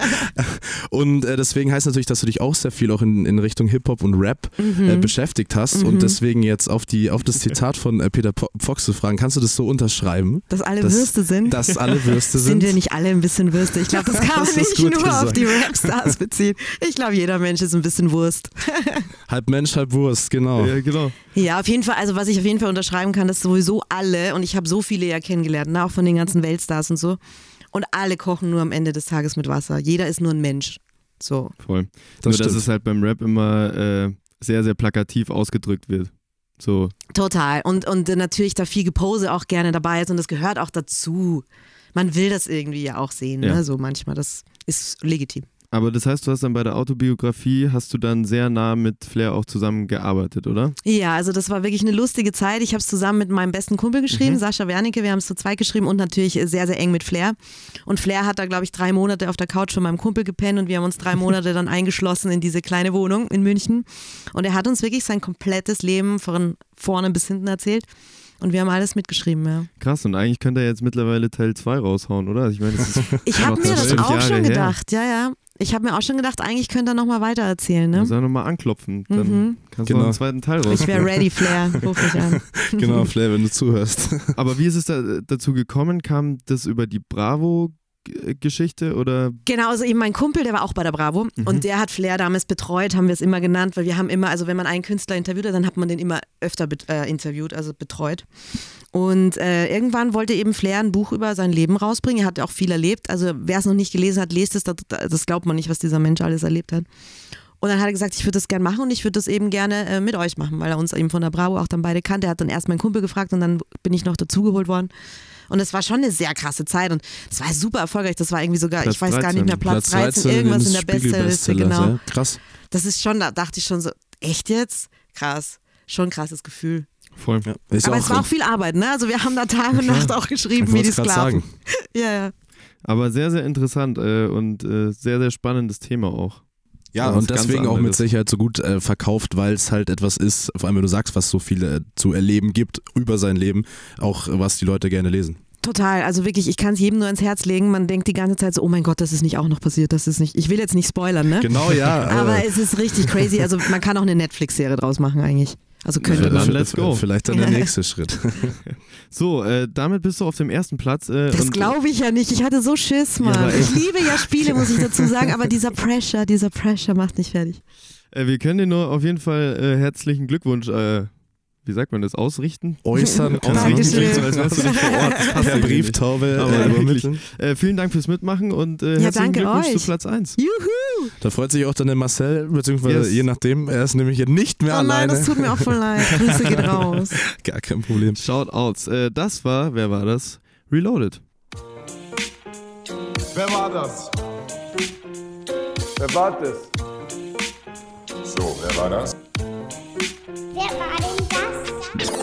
Speaker 4: Und äh, deswegen heißt natürlich, dass du dich auch sehr viel auch in, in Richtung Hip-Hop und Rap
Speaker 1: Mhm.
Speaker 4: äh, beschäftigt hast
Speaker 1: Mhm.
Speaker 4: und deswegen jetzt auf, die, auf das Zitat von äh, Peter Po- Fox zu fragen, kannst du das so unterschreiben?
Speaker 1: Dass alle
Speaker 4: Das-
Speaker 1: Würste sind.
Speaker 4: Dass alle Würste sind?
Speaker 1: Sind wir nicht alle ein bisschen Würste? Ich glaube, das kann man
Speaker 4: Das ist
Speaker 1: nicht
Speaker 4: gut
Speaker 1: nur
Speaker 4: gesagt.
Speaker 1: auf die Rapstars beziehen. Ich glaube, jeder Mensch ist ein bisschen Wurst.
Speaker 4: Halb Mensch, halb Wurst, genau.
Speaker 3: Ja, genau.
Speaker 1: Ja, auf jeden Fall, also was ich auf jeden Fall unterschreiben kann, dass sowieso alle, und ich habe so viele ja kennengelernt, ne, auch von den ganzen Weltstars und so, und alle kochen nur am Ende des Tages mit Wasser. Jeder ist nur ein Mensch. So.
Speaker 3: Voll.
Speaker 4: Das
Speaker 3: Nur, dass
Speaker 4: stimmt.
Speaker 3: es halt beim Rap immer äh, sehr, sehr plakativ ausgedrückt wird. So,
Speaker 1: Total. Und, und äh, natürlich da viel Gepose auch gerne dabei ist und das gehört auch dazu. Man will das irgendwie ja auch sehen,
Speaker 3: Ja.
Speaker 1: ne? So manchmal. Das ist legitim.
Speaker 3: aber das heißt, du hast dann bei der Autobiografie, hast du dann sehr nah mit Flair auch zusammengearbeitet, oder?
Speaker 1: Ja, also das war wirklich eine lustige Zeit. Ich habe es zusammen mit meinem besten Kumpel geschrieben, Sascha Wernicke. Wir haben es zu zweit geschrieben und natürlich sehr, sehr eng mit Flair. Und Flair hat da, glaube ich, drei Monate auf der Couch von meinem Kumpel gepennt und wir haben uns drei Monate dann eingeschlossen in diese kleine Wohnung in München. Und er hat uns wirklich sein komplettes Leben von vorne bis hinten erzählt. Und wir haben alles mitgeschrieben, ja.
Speaker 3: Krass, und eigentlich könnte er jetzt mittlerweile Teil zwei raushauen, oder? Ich meine, das ist
Speaker 1: Ich habe
Speaker 3: noch
Speaker 1: mir das
Speaker 3: zwölf
Speaker 1: auch
Speaker 3: Jahre
Speaker 1: schon
Speaker 3: her.
Speaker 1: gedacht, ja, ja. Ich habe mir auch schon gedacht, eigentlich könnte er nochmal weiter erzählen, ne?
Speaker 3: Muss er nochmal anklopfen, dann
Speaker 1: Mhm.
Speaker 3: kannst du
Speaker 4: Genau.
Speaker 3: noch einen zweiten Teil raus.
Speaker 1: Ich wäre ready, Flair. Ruf mich an.
Speaker 4: Genau, Flair, wenn du zuhörst.
Speaker 3: Aber wie ist es da, dazu gekommen? Kam das über die Bravo-Geschichte oder?
Speaker 1: Genau, also eben mein Kumpel, der war auch bei der Bravo
Speaker 3: Mhm.
Speaker 1: und der hat Flair damals betreut, haben wir es immer genannt, weil wir haben immer, also wenn man einen Künstler interviewt hat, dann hat man den immer öfter bet- äh, interviewt, also betreut. Und äh, irgendwann wollte eben Flair ein Buch über sein Leben rausbringen. Er hat auch viel erlebt. Also wer es noch nicht gelesen hat, lest es. Das, das glaubt man nicht, was dieser Mensch alles erlebt hat. Und dann hat er gesagt, ich würde das gerne machen und ich würde das eben gerne äh, mit euch machen, weil er uns eben von der Bravo auch dann beide kannte. Er hat dann erst meinen Kumpel gefragt und dann bin ich noch dazugeholt worden. Und es war schon eine sehr krasse Zeit und es war super erfolgreich. Das war irgendwie sogar,
Speaker 3: Platz
Speaker 1: ich weiß gar nicht mehr, Platz,
Speaker 4: Platz
Speaker 1: dreizehn, irgendwas in der Bestsellerliste.
Speaker 4: Spiegel-Bestsellers,
Speaker 1: Genau.
Speaker 4: ja. Krass.
Speaker 1: Das ist schon, da dachte ich schon so, echt jetzt? Krass. Schon ein krasses Gefühl.
Speaker 3: Voll.
Speaker 4: Ja, ist
Speaker 1: Aber
Speaker 4: auch
Speaker 1: es war auch viel Arbeit, ne? Also wir haben da Tag und Nacht auch geschrieben,
Speaker 4: Ich
Speaker 1: wie die
Speaker 4: wollt's grad
Speaker 1: Sklaven.
Speaker 4: sagen.
Speaker 1: Ja, ja.
Speaker 3: Aber sehr, sehr interessant äh, und äh, sehr, sehr spannendes Thema auch.
Speaker 4: Ja,
Speaker 3: Was
Speaker 4: und
Speaker 3: ganz
Speaker 4: deswegen auch mit
Speaker 3: anderes.
Speaker 4: Sicherheit so gut äh, verkauft, weil es halt etwas ist, vor allem wenn du sagst, was so viele äh, zu erleben gibt über sein Leben, auch äh, was die Leute gerne lesen.
Speaker 1: Total, also wirklich, ich kann es jedem nur ins Herz legen. Man denkt die ganze Zeit so, oh mein Gott, das ist nicht auch noch passiert, das ist nicht, ich will jetzt nicht spoilern, ne?
Speaker 4: Genau, ja.
Speaker 1: Aber es ist richtig crazy, also man kann auch eine Netflix-Serie draus machen eigentlich. Also könnte
Speaker 3: dann
Speaker 1: man.
Speaker 3: let's go.
Speaker 4: Vielleicht dann der nächste Schritt.
Speaker 3: So, äh, damit bist du auf dem ersten Platz. Äh,
Speaker 1: Das
Speaker 3: und-
Speaker 1: glaube ich ja nicht, ich hatte so Schiss, Mann.
Speaker 3: aber
Speaker 1: Ich liebe ja Spiele, muss ich dazu sagen, aber dieser Pressure, dieser Pressure macht nicht fertig.
Speaker 3: Äh, wir können dir nur auf jeden Fall äh, herzlichen Glückwunsch, äh, wie sagt man das, ausrichten?
Speaker 4: Äußern, keine Ahnung.
Speaker 1: Dankeschön.
Speaker 3: Klingt so, als wärst du nicht vor Ort. Das passt
Speaker 4: Per
Speaker 3: irgendwie nicht.
Speaker 4: Brieftaube
Speaker 3: Aber
Speaker 4: äh,
Speaker 3: wirklich.
Speaker 4: übermitteln.
Speaker 3: Äh, vielen Dank fürs Mitmachen und äh,
Speaker 1: Ja,
Speaker 3: herzlichen
Speaker 1: danke
Speaker 3: Glückwunsch
Speaker 1: euch.
Speaker 3: zu Platz eins.
Speaker 1: Juhu!
Speaker 4: Da freut sich auch dann der Marcel, beziehungsweise
Speaker 3: Yes.
Speaker 4: je nachdem, er ist nämlich nicht mehr
Speaker 1: Oh nein,
Speaker 4: alleine.
Speaker 1: das tut mir auch voll leid. Grüße geht raus.
Speaker 4: Gar kein Problem.
Speaker 3: Shoutouts. Äh, das war, wer war das? Reloaded.
Speaker 6: Wer war das? Wer war das?
Speaker 5: So, wer war das?
Speaker 2: Wer war denn das?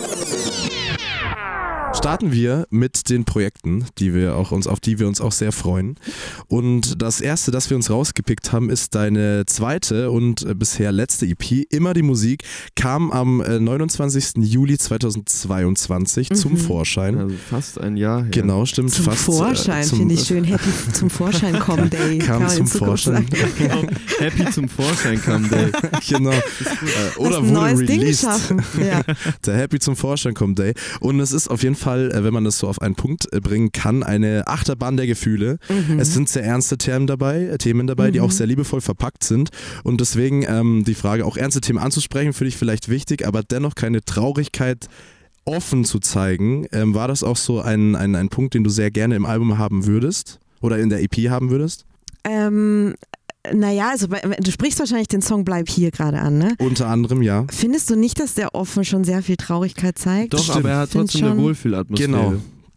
Speaker 4: Starten wir mit den Projekten, die wir auch uns, auf die wir uns auch sehr freuen. Und das erste, das wir uns rausgepickt haben, ist deine zweite und äh, bisher letzte E P, Immer die Musik, kam am äh, neunundzwanzigsten Juli zweitausendzweiundzwanzig zum Vorschein.
Speaker 3: Also fast ein Jahr her.
Speaker 4: Genau, stimmt.
Speaker 1: Zum
Speaker 4: fast,
Speaker 1: Vorschein
Speaker 4: äh, zum-
Speaker 1: finde ich schön. Happy zum Vorschein kommen Day.
Speaker 4: Kam
Speaker 1: Kann man
Speaker 4: zum
Speaker 1: in Zukunft
Speaker 4: Vorschein.
Speaker 1: sagen.
Speaker 3: Happy zum Vorschein kam Day.
Speaker 4: Genau. Äh,
Speaker 1: Hast
Speaker 4: oder
Speaker 1: ein
Speaker 4: wurde
Speaker 1: neues Ding
Speaker 4: released.
Speaker 1: geschaffen. Ja.
Speaker 4: Der Happy zum Vorschein kommt Day. Und es ist auf jeden Fall, äh, wenn man das so auf einen Punkt äh, bringen kann, eine Achterbahn der Gefühle.
Speaker 1: Mhm.
Speaker 4: Es sind sehr ernste Themen dabei, äh, Themen dabei, die auch sehr liebevoll verpackt sind. Und deswegen ähm, die Frage, auch ernste Themen anzusprechen, finde ich vielleicht wichtig, aber dennoch keine Traurigkeit offen zu zeigen. Ähm, war das auch so ein, ein, ein Punkt, den du sehr gerne im Album haben würdest? Oder in der E P haben würdest?
Speaker 1: Ähm, naja, also bei, du sprichst wahrscheinlich den Song Bleib hier gerade an, ne?
Speaker 4: Unter anderem, ja.
Speaker 1: Findest du nicht, dass der offen schon sehr viel Traurigkeit zeigt?
Speaker 3: Doch,
Speaker 4: Stimmt.
Speaker 3: aber er hat
Speaker 1: Find
Speaker 3: trotzdem eine
Speaker 1: schon-
Speaker 3: Wohlfühlatmosphäre.
Speaker 4: Genau.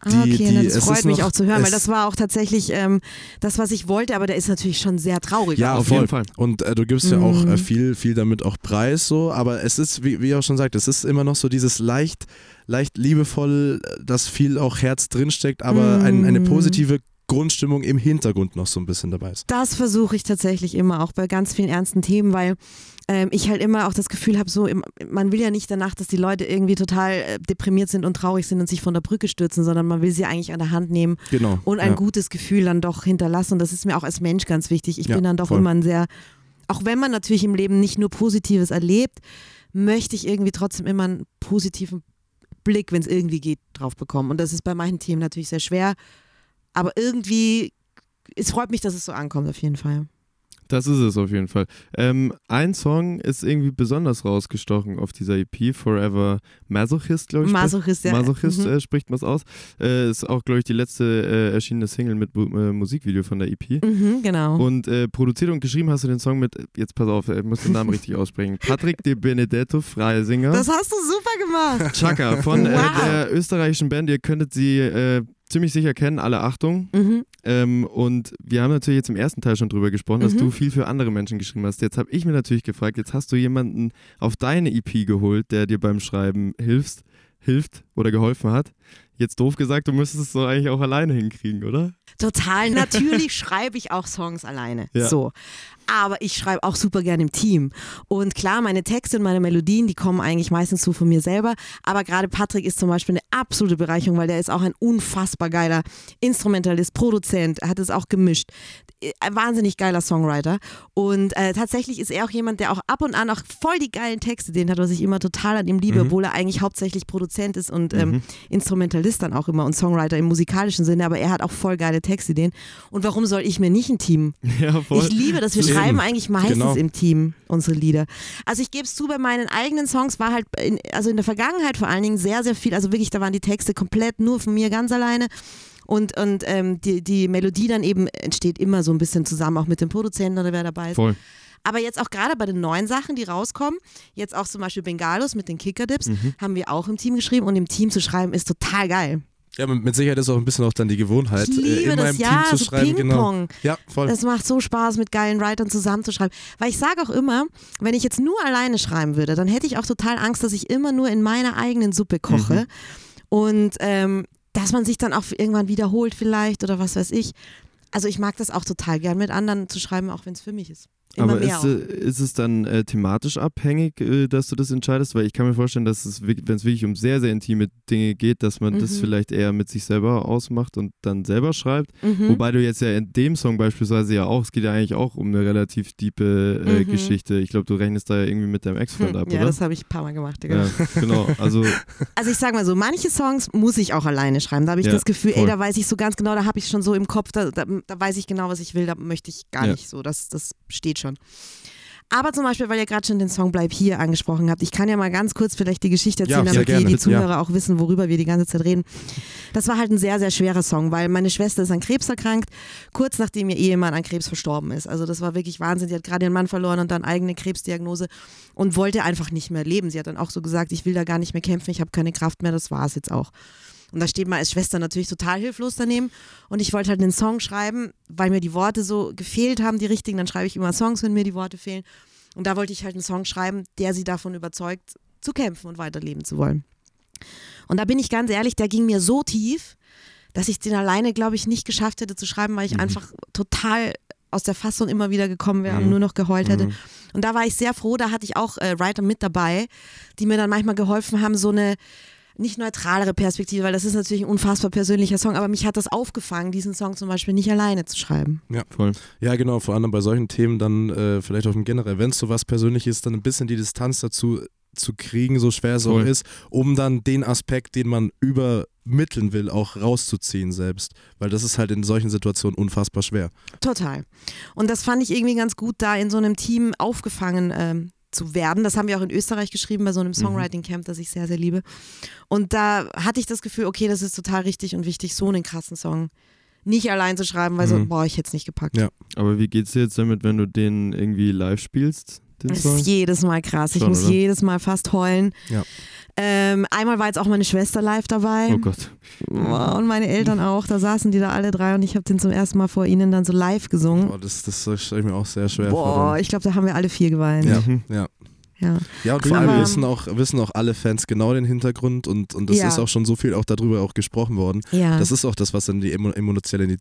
Speaker 1: Ah,
Speaker 4: Die-
Speaker 1: okay,
Speaker 4: die-
Speaker 1: na,
Speaker 4: es
Speaker 1: das
Speaker 4: ist
Speaker 1: freut mich
Speaker 4: noch-
Speaker 1: auch zu hören, weil
Speaker 4: es-
Speaker 1: das war auch tatsächlich ähm, das, was ich wollte, aber der ist natürlich schon sehr traurig.
Speaker 4: Ja,
Speaker 1: auch.
Speaker 3: auf
Speaker 4: voll.
Speaker 3: jeden Fall.
Speaker 4: Und äh, du gibst ja auch
Speaker 1: Mhm.
Speaker 4: äh, viel, viel damit auch preis, so, aber es ist, wie, wie ihr auch schon sagt, es ist immer noch so dieses leicht, leicht liebevoll, dass viel auch Herz drinsteckt, aber
Speaker 1: Mhm.
Speaker 4: ein, eine positive Grundstimmung im Hintergrund noch so ein bisschen dabei ist.
Speaker 1: Das versuche ich tatsächlich immer, auch bei ganz vielen ernsten Themen, weil ähm, ich halt immer auch das Gefühl habe, so, im, man will ja nicht danach, dass die Leute irgendwie total äh, deprimiert sind und traurig sind und sich von der Brücke stürzen, sondern man will sie eigentlich an der Hand nehmen
Speaker 4: Genau.
Speaker 1: und ein
Speaker 4: ja.
Speaker 1: gutes Gefühl dann doch hinterlassen. Und das ist mir auch als Mensch ganz wichtig. Ich
Speaker 4: Ja,
Speaker 1: bin dann doch
Speaker 4: voll.
Speaker 1: immer ein sehr, auch wenn man natürlich im Leben nicht nur Positives erlebt, möchte ich irgendwie trotzdem immer einen positiven Blick, wenn es irgendwie geht, drauf bekommen. Und das ist bei manchen Themen natürlich sehr schwer. Aber irgendwie, es freut mich, dass es so ankommt, auf jeden Fall.
Speaker 3: Das ist es auf jeden Fall. Ähm, ein Song ist irgendwie besonders rausgestochen auf dieser E P, Forever Masochist, glaube ich.
Speaker 1: Masochist, ja.
Speaker 3: Masochist
Speaker 1: Mhm.
Speaker 3: äh, spricht man es aus. Äh, ist auch, glaube ich, die letzte äh, erschienene Single mit Bu- äh, Musikvideo von der E P.
Speaker 1: Mhm, genau.
Speaker 3: Und äh, produziert und geschrieben hast du den Song mit, jetzt pass auf, ich muss den Namen richtig aussprechen, Patrick De Benedetto, Freisinger.
Speaker 1: Das hast du super gemacht.
Speaker 3: Chaka von äh,
Speaker 1: Wow.
Speaker 3: der österreichischen Band. Ihr könntet sie äh, ziemlich sicher kennen, alle Achtung.
Speaker 1: Mhm.
Speaker 3: Ähm, und wir haben natürlich jetzt im ersten Teil schon drüber gesprochen, dass
Speaker 1: Mhm.
Speaker 3: du viel für andere Menschen geschrieben hast. Jetzt habe ich mir natürlich gefragt, jetzt hast du jemanden auf deine E P geholt, der dir beim Schreiben hilft, hilft oder geholfen hat. Jetzt doof gesagt, du müsstest es doch eigentlich auch alleine hinkriegen, oder?
Speaker 1: Total. Natürlich schreibe ich auch Songs alleine.
Speaker 3: Ja.
Speaker 1: So. Aber ich schreibe auch super gerne im Team. Und klar, meine Texte und meine Melodien, die kommen eigentlich meistens so von mir selber. Aber gerade Patrick ist zum Beispiel eine absolute Bereicherung, weil der ist auch ein unfassbar geiler Instrumentalist, Produzent, hat es auch gemischt. Ein wahnsinnig geiler Songwriter. Und äh, tatsächlich ist er auch jemand, der auch ab und an auch voll die geilen Texte, den hat, was ich immer total an ihm liebe,
Speaker 4: Mhm.
Speaker 1: obwohl er eigentlich hauptsächlich Produzent ist und ähm, Instrumentalist dann auch immer und Songwriter im musikalischen Sinne, aber er hat auch voll geile Textideen. Und warum soll ich mir nicht ein Team?
Speaker 3: Ja, voll.
Speaker 1: Ich liebe das. Wir
Speaker 4: Eben.
Speaker 1: schreiben eigentlich meistens
Speaker 4: Genau.
Speaker 1: im Team unsere Lieder. Also ich gebe es zu, bei meinen eigenen Songs war halt, in, also in der Vergangenheit vor allen Dingen sehr, sehr viel, also wirklich, da waren die Texte komplett nur von mir ganz alleine. Und, und ähm, die, die Melodie dann eben entsteht immer so ein bisschen zusammen, auch mit dem Produzenten oder wer dabei ist.
Speaker 3: Voll.
Speaker 1: Aber jetzt auch gerade bei den neuen Sachen, die rauskommen, jetzt auch zum Beispiel Bengalos mit den Kickerdips,
Speaker 3: Mhm.
Speaker 1: haben wir auch im Team geschrieben und im Team zu schreiben ist total geil.
Speaker 4: Ja, mit mit Sicherheit ist auch ein bisschen auch dann die Gewohnheit,
Speaker 1: Ich liebe
Speaker 4: äh, in
Speaker 1: das,
Speaker 4: meinem
Speaker 1: ja,
Speaker 4: Team zu
Speaker 1: so
Speaker 4: schreiben. Genau.
Speaker 1: Ping-Pong.
Speaker 4: Ja, voll.
Speaker 1: Das macht so Spaß, mit geilen Writern zusammenzuschreiben. Weil ich sage auch immer, wenn ich jetzt nur alleine schreiben würde, dann hätte ich auch total Angst, dass ich immer nur in meiner eigenen Suppe koche.
Speaker 3: Mhm.
Speaker 1: Und ähm, dass man sich dann auch irgendwann wiederholt vielleicht oder was weiß ich. Also ich mag das auch total gern, mit anderen zu schreiben, auch wenn es für mich ist. Immer
Speaker 3: Aber
Speaker 1: mehr
Speaker 3: ist,
Speaker 1: auch.
Speaker 3: äh, ist es dann äh, thematisch abhängig, äh, dass du das entscheidest? Weil ich kann mir vorstellen, dass es, wenn es wirklich um sehr, sehr intime Dinge geht, dass man das
Speaker 1: Mhm.
Speaker 3: vielleicht eher mit sich selber ausmacht und dann selber schreibt.
Speaker 1: Mhm.
Speaker 3: Wobei du jetzt ja in dem Song beispielsweise ja auch, es geht ja eigentlich auch um eine relativ tiefe äh,
Speaker 1: Mhm.
Speaker 3: Geschichte. Ich glaube, du rechnest da ja irgendwie mit deinem Ex-Freund ab,
Speaker 1: ja,
Speaker 3: oder?
Speaker 1: das habe ich ein paar Mal gemacht. Ja, genau.
Speaker 3: Ja, genau. Also,
Speaker 1: Also ich sag mal so, manche Songs muss ich auch alleine schreiben. Da habe ich
Speaker 3: Ja,
Speaker 1: das Gefühl, ey,
Speaker 3: voll.
Speaker 1: da weiß ich so ganz genau, da habe ich schon so im Kopf, da, da, da weiß ich genau, was ich will, da möchte ich gar
Speaker 3: Ja.
Speaker 1: nicht so, das, das steht schon. Aber zum Beispiel, weil ihr gerade schon den Song Bleib hier angesprochen habt, ich kann ja mal ganz kurz vielleicht die Geschichte
Speaker 4: Ja,
Speaker 1: erzählen,
Speaker 4: sehr
Speaker 1: damit die,
Speaker 4: gerne,
Speaker 1: die
Speaker 4: bitte,
Speaker 1: Zuhörer auch wissen, worüber wir die ganze Zeit reden. Das war halt ein sehr, sehr schwerer Song, weil meine Schwester ist an Krebs erkrankt, kurz nachdem ihr Ehemann an Krebs verstorben ist. Also das war wirklich Wahnsinn. Sie hat gerade ihren Mann verloren und dann eigene Krebsdiagnose und wollte einfach nicht mehr leben. Sie hat dann auch so gesagt, ich will da gar nicht mehr kämpfen, ich habe keine Kraft mehr, das war es jetzt auch. Und da steht man als Schwester natürlich total hilflos daneben. Und ich wollte halt einen Song schreiben, weil mir die Worte so gefehlt haben, die richtigen. Dann schreibe ich immer Songs, wenn mir die Worte fehlen. Und da wollte ich halt einen Song schreiben, der sie davon überzeugt, zu kämpfen und weiterleben zu wollen. Und da bin ich ganz ehrlich, der ging mir so tief, dass ich den alleine, glaube ich, nicht geschafft hätte zu schreiben, weil ich
Speaker 4: Mhm.
Speaker 1: einfach total aus der Fassung immer wieder gekommen wäre
Speaker 4: Mhm.
Speaker 1: und nur noch geheult hätte.
Speaker 4: Mhm.
Speaker 1: Und da war ich sehr froh, da hatte ich auch äh, Writer mit dabei, die mir dann manchmal geholfen haben, so eine nicht neutralere Perspektive, weil das ist natürlich ein unfassbar persönlicher Song, aber mich hat das aufgefangen, diesen Song zum Beispiel nicht alleine zu schreiben.
Speaker 3: voll.
Speaker 4: Ja, genau, vor allem bei solchen Themen dann äh, vielleicht auch im generell, wenn es so was Persönliches ist, dann ein bisschen die Distanz dazu zu kriegen, so schwer es auch
Speaker 3: Voll.
Speaker 4: ist, um dann den Aspekt, den man übermitteln will, auch rauszuziehen selbst, weil das ist halt in solchen Situationen unfassbar schwer.
Speaker 1: Total. Und das fand ich irgendwie ganz gut, da in so einem Team aufgefangen ähm, zu werden. Das haben wir auch in Österreich geschrieben, bei so einem Songwriting-Camp, das ich sehr, sehr liebe. Und da hatte ich das Gefühl, okay, das ist total richtig und wichtig, so einen krassen Song nicht allein zu schreiben, weil so,
Speaker 4: Mhm.
Speaker 1: boah, ich hätte es nicht gepackt.
Speaker 4: Ja.
Speaker 3: Aber wie geht's dir jetzt damit, wenn du den irgendwie live spielst, den
Speaker 1: Das
Speaker 3: Song?
Speaker 1: ist jedes Mal krass. Ich
Speaker 3: Schon,
Speaker 1: muss
Speaker 3: oder?
Speaker 1: jedes Mal fast heulen.
Speaker 4: Ja.
Speaker 1: Ähm, einmal war jetzt auch meine Schwester live dabei.
Speaker 3: Oh Gott.
Speaker 1: Oh, und meine Eltern auch. Da saßen die da alle drei und ich habe den zum ersten Mal vor ihnen dann so live gesungen.
Speaker 4: Boah, das, das stelle ich mir auch sehr schwer vor.
Speaker 1: Boah, ich glaube, da haben wir alle vier geweint.
Speaker 4: Ja,
Speaker 3: Mhm.
Speaker 4: ja.
Speaker 1: Ja.
Speaker 4: Ja, und vor allem
Speaker 1: Aber-
Speaker 4: wissen auch, wissen auch alle Fans genau den Hintergrund und, und es
Speaker 1: Ja.
Speaker 4: ist auch schon so viel auch darüber auch gesprochen worden.
Speaker 1: ja.
Speaker 4: Das ist auch das, was dann die emo emotionelle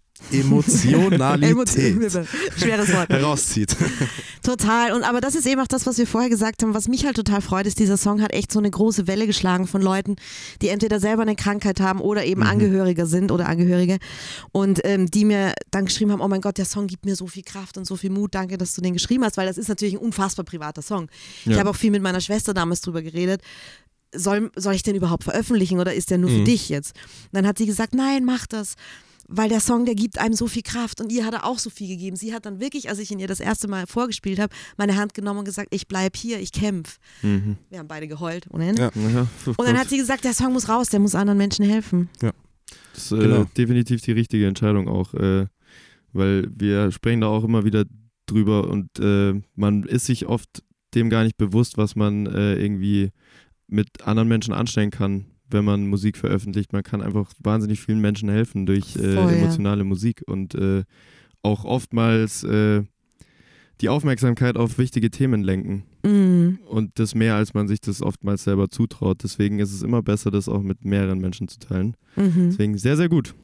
Speaker 4: Emotionalität
Speaker 1: Schweres Wort.
Speaker 4: herauszieht.
Speaker 1: Total. Und aber das ist eben auch das, was wir vorher gesagt haben. Was mich halt total freut, ist, dieser Song hat echt so eine große Welle geschlagen von Leuten, die entweder selber eine Krankheit haben oder eben
Speaker 4: Mhm.
Speaker 1: Angehörige sind oder Angehörige und ähm, die mir dann geschrieben haben, oh mein Gott, der Song gibt mir so viel Kraft und so viel Mut. Danke, dass du den geschrieben hast, weil das ist natürlich ein unfassbar privater Song. Ich
Speaker 3: Ja.
Speaker 1: habe auch viel mit meiner Schwester damals drüber geredet. Soll, soll ich den überhaupt veröffentlichen oder ist der nur für
Speaker 4: Mhm.
Speaker 1: dich jetzt? Und dann hat sie gesagt, nein, mach das. Weil der Song, der gibt einem so viel Kraft und ihr hat er auch so viel gegeben. Sie hat dann wirklich, als ich ihn ihr das erste Mal vorgespielt habe, meine Hand genommen und gesagt, ich bleib hier, ich kämpfe.
Speaker 3: Mhm.
Speaker 1: Wir haben beide geheult ohne Ende.
Speaker 4: Ja.
Speaker 3: Ja, oh
Speaker 1: Und dann
Speaker 3: Gott.
Speaker 1: hat sie gesagt, der Song muss raus, der muss anderen Menschen helfen.
Speaker 3: Das ist äh,
Speaker 4: Genau.
Speaker 3: definitiv die richtige Entscheidung auch, äh, weil wir sprechen da auch immer wieder drüber und äh, man ist sich oft dem gar nicht bewusst, was man äh, irgendwie mit anderen Menschen anstellen kann, wenn man Musik veröffentlicht. Man kann einfach wahnsinnig vielen Menschen helfen durch äh,
Speaker 1: Voll, ja.
Speaker 3: emotionale Musik und äh, auch oftmals äh, die Aufmerksamkeit auf wichtige Themen lenken.
Speaker 1: Mhm.
Speaker 3: Und das mehr, als man sich das oftmals selber zutraut. Deswegen ist es immer besser, das auch mit mehreren Menschen zu teilen.
Speaker 1: Mhm.
Speaker 3: Deswegen sehr, sehr gut.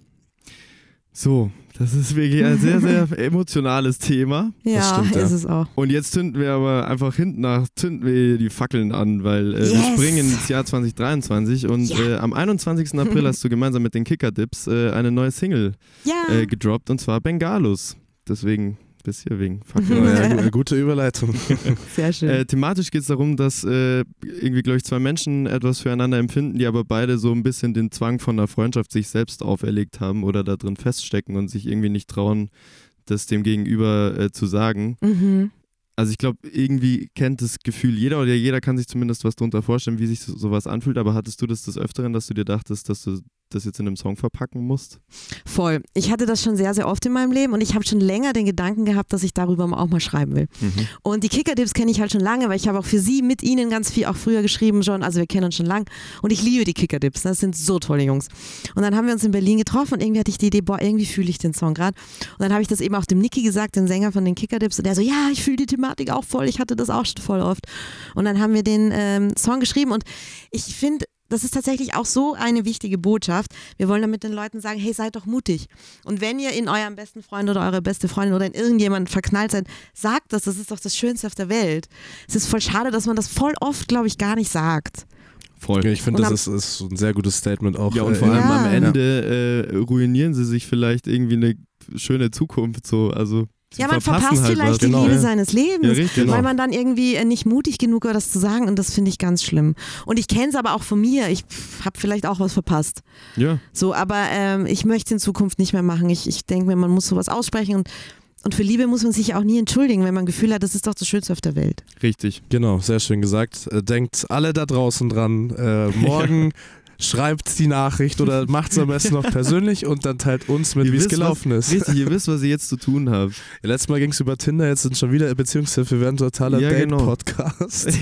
Speaker 3: So, das ist wirklich ein sehr, sehr emotionales Thema.
Speaker 1: Ja,
Speaker 4: stimmt, ja.
Speaker 1: ist es auch.
Speaker 3: Und jetzt zünden wir aber einfach hinten nach, zünden wir die Fackeln an, weil äh, wir
Speaker 1: Yes!
Speaker 3: springen ins Jahr zwanzig dreiundzwanzig und
Speaker 1: Ja.
Speaker 3: äh, am einundzwanzigsten April hast du gemeinsam mit den Kicker-Dips äh, eine neue Single
Speaker 1: Ja.
Speaker 3: äh, gedroppt und zwar Bengalos. Deswegen bist hier wegen Fackeln.
Speaker 4: Oh ja, gu- gute Überleitung.
Speaker 1: Sehr schön.
Speaker 3: Äh, thematisch geht es darum, dass äh, irgendwie, glaube ich, zwei Menschen etwas füreinander empfinden, die aber beide so ein bisschen den Zwang von einer Freundschaft sich selbst auferlegt haben oder da drin feststecken und sich irgendwie nicht trauen, das dem Gegenüber äh, zu sagen.
Speaker 1: mhm.
Speaker 3: Also ich glaube, irgendwie kennt das Gefühl jeder oder jeder kann sich zumindest was darunter vorstellen, wie sich so, sowas anfühlt, aber hattest du das des Öfteren, dass du dir dachtest, dass du das jetzt in einem Song verpacken musst?
Speaker 1: Voll. Ich hatte das schon sehr, sehr oft in meinem Leben und ich habe schon länger den Gedanken gehabt, dass ich darüber auch mal schreiben will.
Speaker 3: Mhm.
Speaker 1: Und die Kicker-Dips kenne ich halt schon lange, weil ich habe auch für sie mit ihnen ganz viel auch früher geschrieben schon, also wir kennen uns schon lang und ich liebe die Kicker-Dips, das sind so tolle Jungs. Und dann haben wir uns in Berlin getroffen und irgendwie hatte ich die Idee, boah, irgendwie fühle ich den Song gerade. Und dann habe ich das eben auch dem Niki gesagt, dem Sänger von den Kicker-Dips und der so, ja, ich fühle die Thematik auch voll, ich hatte das auch schon voll oft. Und dann haben wir den ähm, Song geschrieben und ich finde, das ist tatsächlich auch so eine wichtige Botschaft. Wir wollen damit den Leuten sagen, hey, seid doch mutig. Und wenn ihr in eurem besten Freund oder eure beste Freundin oder in irgendjemanden verknallt seid, sagt das, das ist doch das Schönste auf der Welt. Es ist voll schade, dass man das voll oft, glaube ich, gar nicht sagt.
Speaker 3: Voll.
Speaker 4: Ich finde,
Speaker 1: Und
Speaker 4: das ist, ist ein sehr gutes Statement auch.
Speaker 3: Ja, und
Speaker 4: äh,
Speaker 3: vor allem
Speaker 1: Ja.
Speaker 3: am Ende äh, ruinieren sie sich vielleicht irgendwie eine schöne Zukunft so, also sie
Speaker 1: Ja, man
Speaker 3: verpassen
Speaker 1: verpasst
Speaker 3: halt
Speaker 1: vielleicht
Speaker 3: was.
Speaker 1: die
Speaker 4: Genau.
Speaker 1: Liebe
Speaker 3: Ja.
Speaker 1: seines Lebens,
Speaker 3: Ja, richtig, genau.
Speaker 1: weil man dann irgendwie äh, nicht mutig genug war, das zu sagen und das finde ich ganz schlimm. Und ich kenne es aber auch von mir, ich habe vielleicht auch was verpasst.
Speaker 3: Ja,
Speaker 1: So, aber ähm, ich möchte in Zukunft nicht mehr machen. Ich, ich denke mir, man muss sowas aussprechen und, und für Liebe muss man sich ja auch nie entschuldigen, wenn man ein Gefühl hat, das ist doch das Schönste auf der Welt.
Speaker 3: richtig.
Speaker 4: Genau, sehr schön gesagt. Äh, denkt alle da draußen dran. Äh, morgen schreibt die Nachricht oder macht es am besten noch persönlich und dann teilt uns mit,
Speaker 3: Ihr
Speaker 4: wie es
Speaker 3: wisst,
Speaker 4: gelaufen
Speaker 3: was,
Speaker 4: ist.
Speaker 3: Richtig, ihr wisst, was ihr jetzt zu tun habt.
Speaker 4: Ja, letztes Mal ging es über Tinder, jetzt sind schon wieder Beziehungshilfe. Wir werden ein totaler
Speaker 3: Ja, genau.
Speaker 4: Date-Podcast.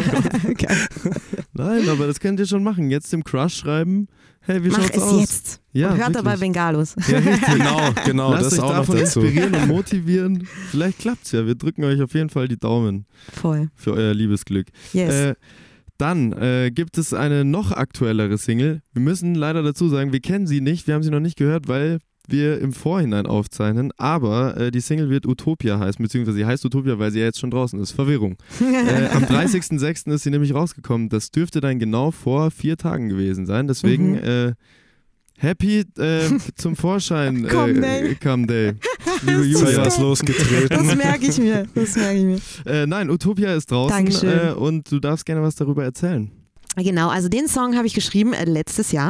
Speaker 1: Geil.
Speaker 3: Nein, aber das könnt ihr schon machen. Jetzt dem Crush schreiben, hey, wie
Speaker 1: Mach
Speaker 3: schaut's
Speaker 1: es
Speaker 3: aus?
Speaker 1: jetzt.
Speaker 3: Ja,
Speaker 1: und hört dabei
Speaker 3: wirklich.
Speaker 1: Bengalos.
Speaker 3: Ja, richtig.
Speaker 4: Genau, genau,
Speaker 3: Lasst
Speaker 4: das
Speaker 3: euch
Speaker 4: auch noch
Speaker 3: davon
Speaker 4: dazu.
Speaker 3: inspirieren und motivieren. Vielleicht klappt's ja. Wir drücken euch auf jeden Fall die Daumen
Speaker 1: Voll.
Speaker 3: für euer Liebesglück.
Speaker 1: Yes.
Speaker 3: Äh, dann äh, gibt es eine noch aktuellere Single. Wir müssen leider dazu sagen, wir kennen sie nicht, wir haben sie noch nicht gehört, weil wir im Vorhinein aufzeichnen, aber äh, die Single wird Utopia heißen, beziehungsweise sie heißt Utopia, weil sie ja jetzt schon draußen ist. Verwirrung. äh, am dreißigsten sechsten ist sie nämlich rausgekommen. Das dürfte dann genau vor vier Tagen gewesen sein. Deswegen
Speaker 1: Mhm.
Speaker 3: äh, Happy äh, zum Vorschein äh,
Speaker 1: Come Day.
Speaker 3: Come Day. Liebe
Speaker 4: Sei
Speaker 3: Julia.
Speaker 4: was losgetreten.
Speaker 1: Das merke ich mir. Das merke ich mir.
Speaker 3: Äh, nein, Utopia ist draußen
Speaker 1: Dankeschön.
Speaker 3: äh, und du darfst gerne was darüber erzählen.
Speaker 1: Genau, also den Song habe ich geschrieben äh, letztes Jahr,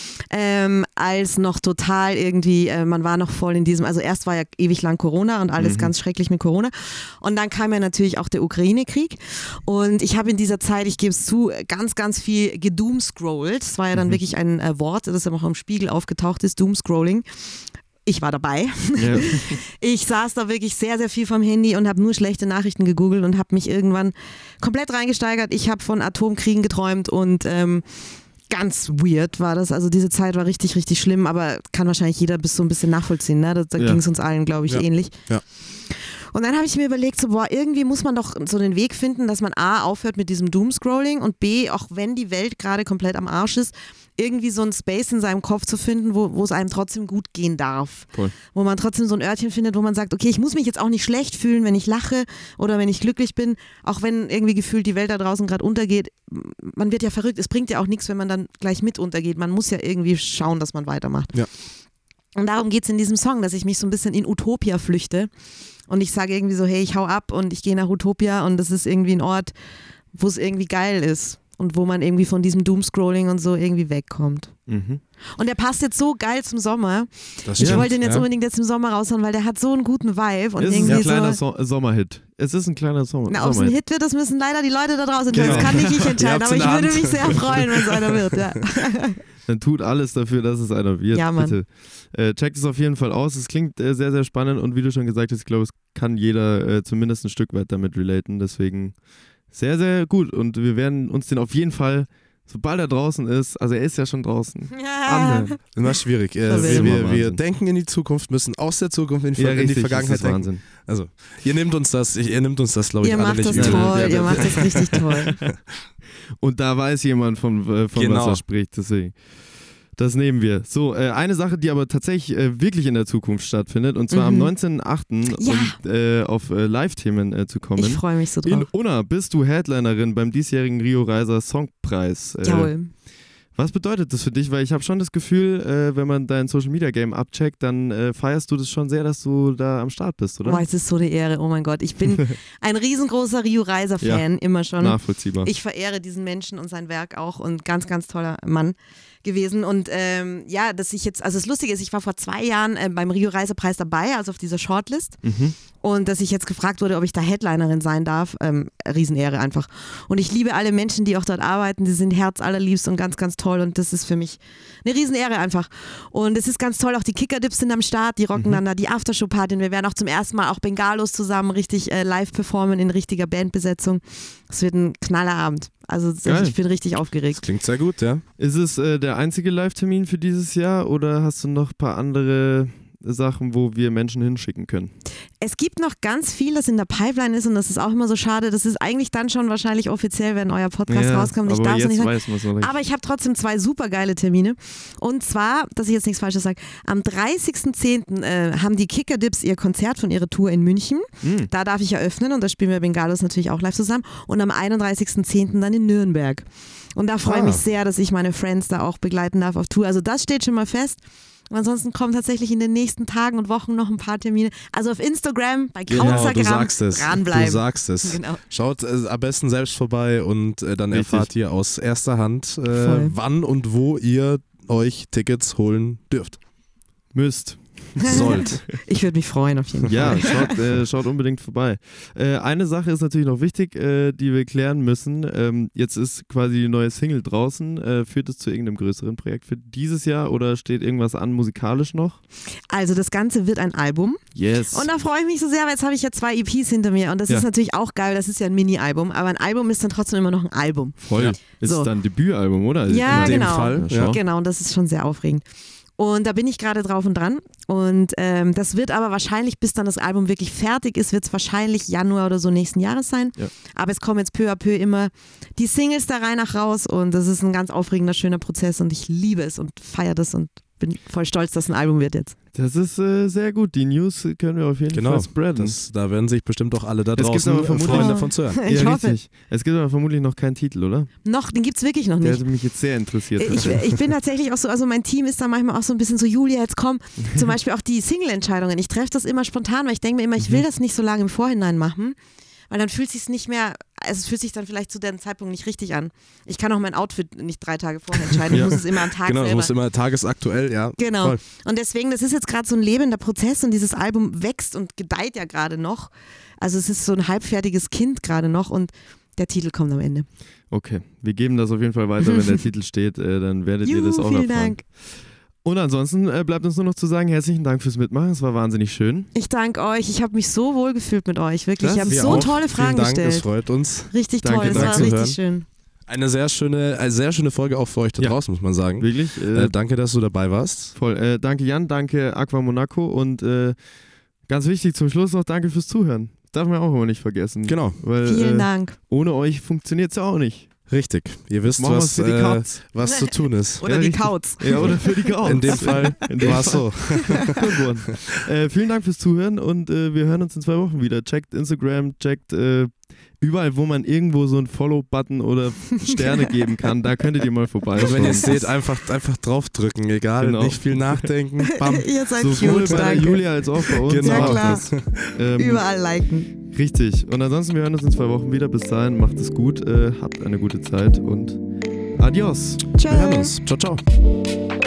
Speaker 1: ähm, als noch total irgendwie, äh, man war noch voll in diesem, also erst war ja ewig lang Corona und alles
Speaker 3: Mhm.
Speaker 1: ganz schrecklich mit Corona und dann kam ja natürlich auch der Ukraine-Krieg und ich habe in dieser Zeit, ich gebe es zu, ganz, ganz viel gedoomscrollt. Das war ja dann
Speaker 3: Mhm.
Speaker 1: wirklich ein äh, Wort, das ja auch im Spiegel aufgetaucht ist, Doomscrolling. ich war dabei.
Speaker 3: Ja.
Speaker 1: Ich saß da wirklich sehr, sehr viel vom Handy und habe nur schlechte Nachrichten gegoogelt und habe mich irgendwann komplett reingesteigert. Ich habe von Atomkriegen geträumt und ähm, ganz weird war das. Also diese Zeit war richtig, richtig schlimm, aber kann wahrscheinlich jeder bis so ein bisschen nachvollziehen. Ne? Da, da
Speaker 3: Ja.
Speaker 1: ging es uns allen, glaube ich,
Speaker 4: Ja.
Speaker 1: ähnlich.
Speaker 4: Ja.
Speaker 1: Und dann habe ich mir überlegt, so, boah, irgendwie muss man doch so den Weg finden, dass man A, aufhört mit diesem Doomscrolling und B, auch wenn die Welt gerade komplett am Arsch ist, irgendwie so einen Space in seinem Kopf zu finden, wo, wo es einem trotzdem gut gehen darf.
Speaker 3: Voll.
Speaker 1: Wo man trotzdem so ein Örtchen findet, wo man sagt, okay, ich muss mich jetzt auch nicht schlecht fühlen, wenn ich lache oder wenn ich glücklich bin, auch wenn irgendwie gefühlt die Welt da draußen gerade untergeht. Man wird ja verrückt, es bringt ja auch nichts, wenn man dann gleich mit untergeht. Man muss ja irgendwie schauen, dass man weitermacht.
Speaker 4: Ja.
Speaker 1: Und darum geht es in diesem Song, dass ich mich so ein bisschen in Utopia flüchte und ich sage irgendwie so, hey, ich hau ab und ich gehe nach Utopia und das ist irgendwie ein Ort, wo es irgendwie geil ist und wo man irgendwie von diesem Doomscrolling und so irgendwie wegkommt.
Speaker 3: Mhm.
Speaker 1: Und der passt jetzt so geil zum Sommer.
Speaker 4: Das
Speaker 1: Ich
Speaker 4: stimmt,
Speaker 1: wollte ihn jetzt
Speaker 4: ja.
Speaker 1: unbedingt jetzt im Sommer raushauen, weil der hat so einen guten Vibe und
Speaker 3: Es ist
Speaker 1: irgendwie
Speaker 3: ein kleiner
Speaker 1: so.
Speaker 3: so Sommerhit. Es ist ein kleiner Sommer
Speaker 1: Na, ob es ein
Speaker 3: Sommerhit.
Speaker 1: Hit wird, das müssen leider die Leute da draußen entscheiden.
Speaker 3: Genau.
Speaker 1: Das kann nicht ich
Speaker 4: Ihr
Speaker 1: entscheiden,
Speaker 4: habt's
Speaker 1: aber
Speaker 4: in
Speaker 1: ich
Speaker 4: der
Speaker 1: würde
Speaker 4: Hand.
Speaker 1: mich sehr freuen, wenn es einer wird. Ja.
Speaker 3: Dann tut alles dafür, dass es einer wird.
Speaker 1: Ja, Mann.
Speaker 3: Bitte. Äh, checkt es auf jeden Fall aus. Es klingt äh, sehr, sehr spannend und wie du schon gesagt hast, ich glaube, es kann jeder äh, zumindest ein Stück weit damit relaten. Deswegen sehr, sehr gut. Und wir werden uns den auf jeden Fall, sobald er draußen ist, also er ist ja schon draußen, anhören.
Speaker 4: Immer schwierig. Äh,
Speaker 1: Das ist
Speaker 4: wir,
Speaker 3: immer
Speaker 4: wir, wir
Speaker 3: Wahnsinn.
Speaker 4: denken in die Zukunft, müssen aus der Zukunft in die,
Speaker 3: Ja,
Speaker 4: in die
Speaker 3: richtig,
Speaker 4: Vergangenheit
Speaker 3: das ist
Speaker 4: denken.
Speaker 3: Wahnsinn.
Speaker 4: Also, ihr nehmt uns das, ihr nehmt uns das, glaube ich,
Speaker 1: Ihr
Speaker 4: alle
Speaker 1: macht
Speaker 4: nicht
Speaker 1: das
Speaker 4: übel.
Speaker 1: toll,
Speaker 3: Ja,
Speaker 1: ihr
Speaker 3: ja,
Speaker 1: macht das richtig toll.
Speaker 3: Und da weiß jemand, von, äh, von
Speaker 4: Genau.
Speaker 3: was er spricht, deswegen. Das nehmen wir. So, äh, eine Sache, die aber tatsächlich äh, wirklich in der Zukunft stattfindet, und zwar am
Speaker 1: Mhm.
Speaker 3: neunzehnten achten
Speaker 1: Ja.
Speaker 3: um äh, auf äh, Live-Themen äh, zu kommen.
Speaker 1: Ich freue mich so
Speaker 3: In
Speaker 1: drauf.
Speaker 3: Unna bist du Headlinerin beim diesjährigen Rio Reiser Songpreis. Äh,
Speaker 1: Jawohl.
Speaker 3: Was bedeutet das für dich? Weil ich habe schon das Gefühl, äh, wenn man dein Social Media Game abcheckt, dann äh, feierst du das schon sehr, dass du da am Start bist, oder?
Speaker 1: Boah, es ist so eine Ehre, oh mein Gott. Ich bin ein riesengroßer Rio Reiser-Fan, immer schon.
Speaker 3: Nachvollziehbar.
Speaker 1: Ich verehre diesen Menschen und sein Werk auch und ganz, ganz toller Mann gewesen. Und ähm, ja, dass ich jetzt, also das Lustige ist, ich war vor zwei Jahren äh, beim Rio Reiser-Preis dabei, also auf dieser Shortlist.
Speaker 3: Mhm.
Speaker 1: Und dass ich jetzt gefragt wurde, ob ich da Headlinerin sein darf, ähm, Riesenehre einfach. Und ich liebe alle Menschen, die auch dort arbeiten, die sind herzallerliebst und ganz, ganz toll und das ist für mich eine Riesenehre einfach. Und es ist ganz toll, auch die Kickerdips sind am Start, die rocken
Speaker 3: Mhm.
Speaker 1: dann da die Aftershow-Party und wir werden auch zum ersten Mal auch Bengalos zusammen richtig äh, live performen in richtiger Bandbesetzung. Es wird ein knaller Abend. Also
Speaker 3: Geil.
Speaker 1: ich bin richtig aufgeregt.
Speaker 4: Klingt sehr gut, ja.
Speaker 3: Ist es äh, der einzige Live-Termin für dieses Jahr oder hast du noch ein paar andere Sachen, wo wir Menschen hinschicken können?
Speaker 1: Es gibt noch ganz viel, das in der Pipeline ist und das ist auch immer so schade. Das ist eigentlich dann schon wahrscheinlich offiziell, wenn euer Podcast rauskommt. Ich
Speaker 3: aber
Speaker 1: darf es
Speaker 3: jetzt
Speaker 1: nicht sagen.
Speaker 3: weiß man es noch nicht.
Speaker 1: Aber ich habe trotzdem zwei super geile Termine. Und zwar, dass ich jetzt nichts Falsches sage, am dreißigsten zehnten Äh, haben die Kickerdips ihr Konzert von ihrer Tour in München.
Speaker 3: Mhm.
Speaker 1: Da darf ich eröffnen und da spielen wir Bengalos natürlich auch live zusammen. Und am einunddreißigsten zehnten dann in Nürnberg. Und da freue ich
Speaker 4: Ah.
Speaker 1: mich sehr, dass ich meine Friends da auch begleiten darf auf Tour. Also das steht schon mal fest. Und ansonsten kommen tatsächlich in den nächsten Tagen und Wochen noch ein paar Termine. Also auf Instagram, bei
Speaker 4: Genau,
Speaker 1: Kaunstagram
Speaker 4: du sagst es.
Speaker 1: dranbleiben.
Speaker 4: Du sagst es.
Speaker 1: Genau.
Speaker 4: Schaut äh, am besten selbst vorbei und äh, dann
Speaker 3: Richtig.
Speaker 4: erfahrt ihr aus erster Hand, äh,
Speaker 1: Voll.
Speaker 4: wann und wo ihr euch Tickets holen dürft.
Speaker 3: Müsst.
Speaker 4: Sollt.
Speaker 1: Ich würde mich freuen auf jeden Fall.
Speaker 3: Ja, schaut, äh, schaut unbedingt vorbei. Äh, eine Sache ist natürlich noch wichtig, äh, die wir klären müssen. Ähm, jetzt ist quasi die neue Single draußen. Äh, führt es zu irgendeinem größeren Projekt für dieses Jahr oder steht irgendwas an musikalisch noch?
Speaker 1: Also das Ganze wird ein Album.
Speaker 3: Yes.
Speaker 1: Und da freue ich mich so sehr, weil jetzt habe ich ja zwei E Ps hinter mir und das
Speaker 3: Ja.
Speaker 1: ist natürlich auch geil, das ist ja ein Mini-Album, aber ein Album ist dann trotzdem immer noch ein Album.
Speaker 3: Voll.
Speaker 4: Ja.
Speaker 3: Ist
Speaker 1: So.
Speaker 3: es dann ein Debütalbum, oder?
Speaker 1: Ja,
Speaker 4: in dem
Speaker 1: genau.
Speaker 4: Fall,
Speaker 3: Ja, schau.
Speaker 1: Genau, und das ist schon sehr aufregend. Und da bin ich gerade drauf und dran und ähm, das wird aber wahrscheinlich, bis dann das Album wirklich fertig ist, wird es wahrscheinlich Januar oder so nächsten Jahres sein.
Speaker 3: Ja.
Speaker 1: Aber es kommen jetzt peu à peu immer die Singles da rein nach raus und das ist ein ganz aufregender, schöner Prozess und ich liebe es und feiere das und bin voll stolz, dass ein Album wird jetzt.
Speaker 3: Das ist äh, sehr gut. Die News können wir auf jeden
Speaker 4: Genau.
Speaker 3: Fall spreaden.
Speaker 4: Das, da werden sich bestimmt auch alle da
Speaker 3: Es gibt
Speaker 4: draußen
Speaker 3: aber
Speaker 4: äh,
Speaker 3: vermutlich-
Speaker 4: freuen,
Speaker 1: Oh.
Speaker 4: davon zu hören.
Speaker 1: Ich
Speaker 3: ja,
Speaker 1: hoffe.
Speaker 3: richtig. Es gibt aber vermutlich noch keinen Titel, oder?
Speaker 1: Noch, den gibt es wirklich noch
Speaker 3: Der
Speaker 1: nicht.
Speaker 3: hätte mich jetzt sehr interessiert.
Speaker 1: Ich, ich bin tatsächlich auch so, also mein Team ist da manchmal auch so ein bisschen so, Julia, jetzt komm, zum Beispiel auch die Single-Entscheidungen. Ich treffe das immer spontan, weil ich denke mir immer, ich will das nicht so lange im Vorhinein machen, weil dann fühlt sich nicht mehr, also es fühlt sich dann vielleicht zu dem Zeitpunkt nicht richtig an. Ich kann auch mein Outfit nicht drei Tage vorher entscheiden,
Speaker 3: Ja.
Speaker 1: ich muss es immer am Tag
Speaker 4: Genau, das
Speaker 1: selber.
Speaker 4: muss immer tagesaktuell, ja.
Speaker 1: Genau.
Speaker 4: Voll.
Speaker 1: Und deswegen, das ist jetzt gerade so ein lebender Prozess und dieses Album wächst und gedeiht ja gerade noch. Also es ist so ein halbfertiges Kind gerade noch und der Titel kommt am Ende.
Speaker 3: Okay, wir geben das auf jeden Fall weiter, wenn der Titel steht, äh, dann werdet ihr
Speaker 1: Juhu,
Speaker 3: das auch
Speaker 1: vielen
Speaker 3: erfahren.
Speaker 1: Dank.
Speaker 3: Und ansonsten äh, bleibt uns nur noch zu sagen, herzlichen Dank fürs Mitmachen. Es war wahnsinnig schön.
Speaker 1: Ich danke euch. Ich habe mich so wohl gefühlt mit euch. Wirklich.
Speaker 3: Das
Speaker 1: Ich habe
Speaker 4: Wir
Speaker 1: so
Speaker 4: auch.
Speaker 1: tolle Fragen
Speaker 4: Vielen Dank,
Speaker 1: gestellt.
Speaker 4: es freut uns.
Speaker 1: Richtig
Speaker 3: Danke,
Speaker 1: toll. Es
Speaker 3: danke
Speaker 1: war
Speaker 4: zu
Speaker 1: richtig
Speaker 4: hören.
Speaker 1: schön.
Speaker 4: Eine sehr schöne, eine sehr schöne Folge auch für euch da
Speaker 3: Ja.
Speaker 4: draußen, muss man sagen.
Speaker 3: Wirklich. Äh,
Speaker 4: Äh, danke, dass du dabei warst.
Speaker 3: voll. Äh, danke Jan, danke Aqua Monaco und äh, ganz wichtig zum Schluss noch danke fürs Zuhören. Darf man auch immer nicht vergessen.
Speaker 4: Genau,
Speaker 3: Weil
Speaker 1: Vielen
Speaker 3: äh,
Speaker 1: Dank.
Speaker 3: ohne euch funktioniert es ja auch nicht.
Speaker 4: richtig. Ihr wisst,
Speaker 3: Machen wir's
Speaker 4: was,
Speaker 3: für die
Speaker 4: äh,
Speaker 3: Katz.
Speaker 4: was zu tun ist.
Speaker 1: Oder
Speaker 3: Ja,
Speaker 1: die
Speaker 3: richtig.
Speaker 1: Kauz.
Speaker 3: Ja, oder für die Couch.
Speaker 4: In dem Fall
Speaker 3: In dem
Speaker 4: war es so.
Speaker 3: Gut worden. äh, vielen Dank fürs Zuhören und äh, wir hören uns in zwei Wochen wieder. Checkt Instagram, checkt äh, überall, wo man irgendwo so einen Follow-Button oder Sterne geben kann. Da könntet ihr mal vorbei.
Speaker 4: Und wenn ihr es seht, einfach, einfach draufdrücken, egal,
Speaker 3: Genau.
Speaker 4: nicht viel nachdenken. Bam.
Speaker 1: Ihr seid
Speaker 3: Sowohl
Speaker 1: cute,
Speaker 3: bei der
Speaker 1: danke.
Speaker 3: Julia als auch bei uns.
Speaker 4: Genau.
Speaker 1: Ja, klar.
Speaker 3: Das. Ähm,
Speaker 1: Überall liken.
Speaker 3: Richtig. Und ansonsten, wir hören uns in zwei Wochen wieder. Bis dahin, macht es gut, äh, habt eine gute Zeit und adios.
Speaker 1: Ciao.
Speaker 4: Wir hören uns. Ciao, ciao.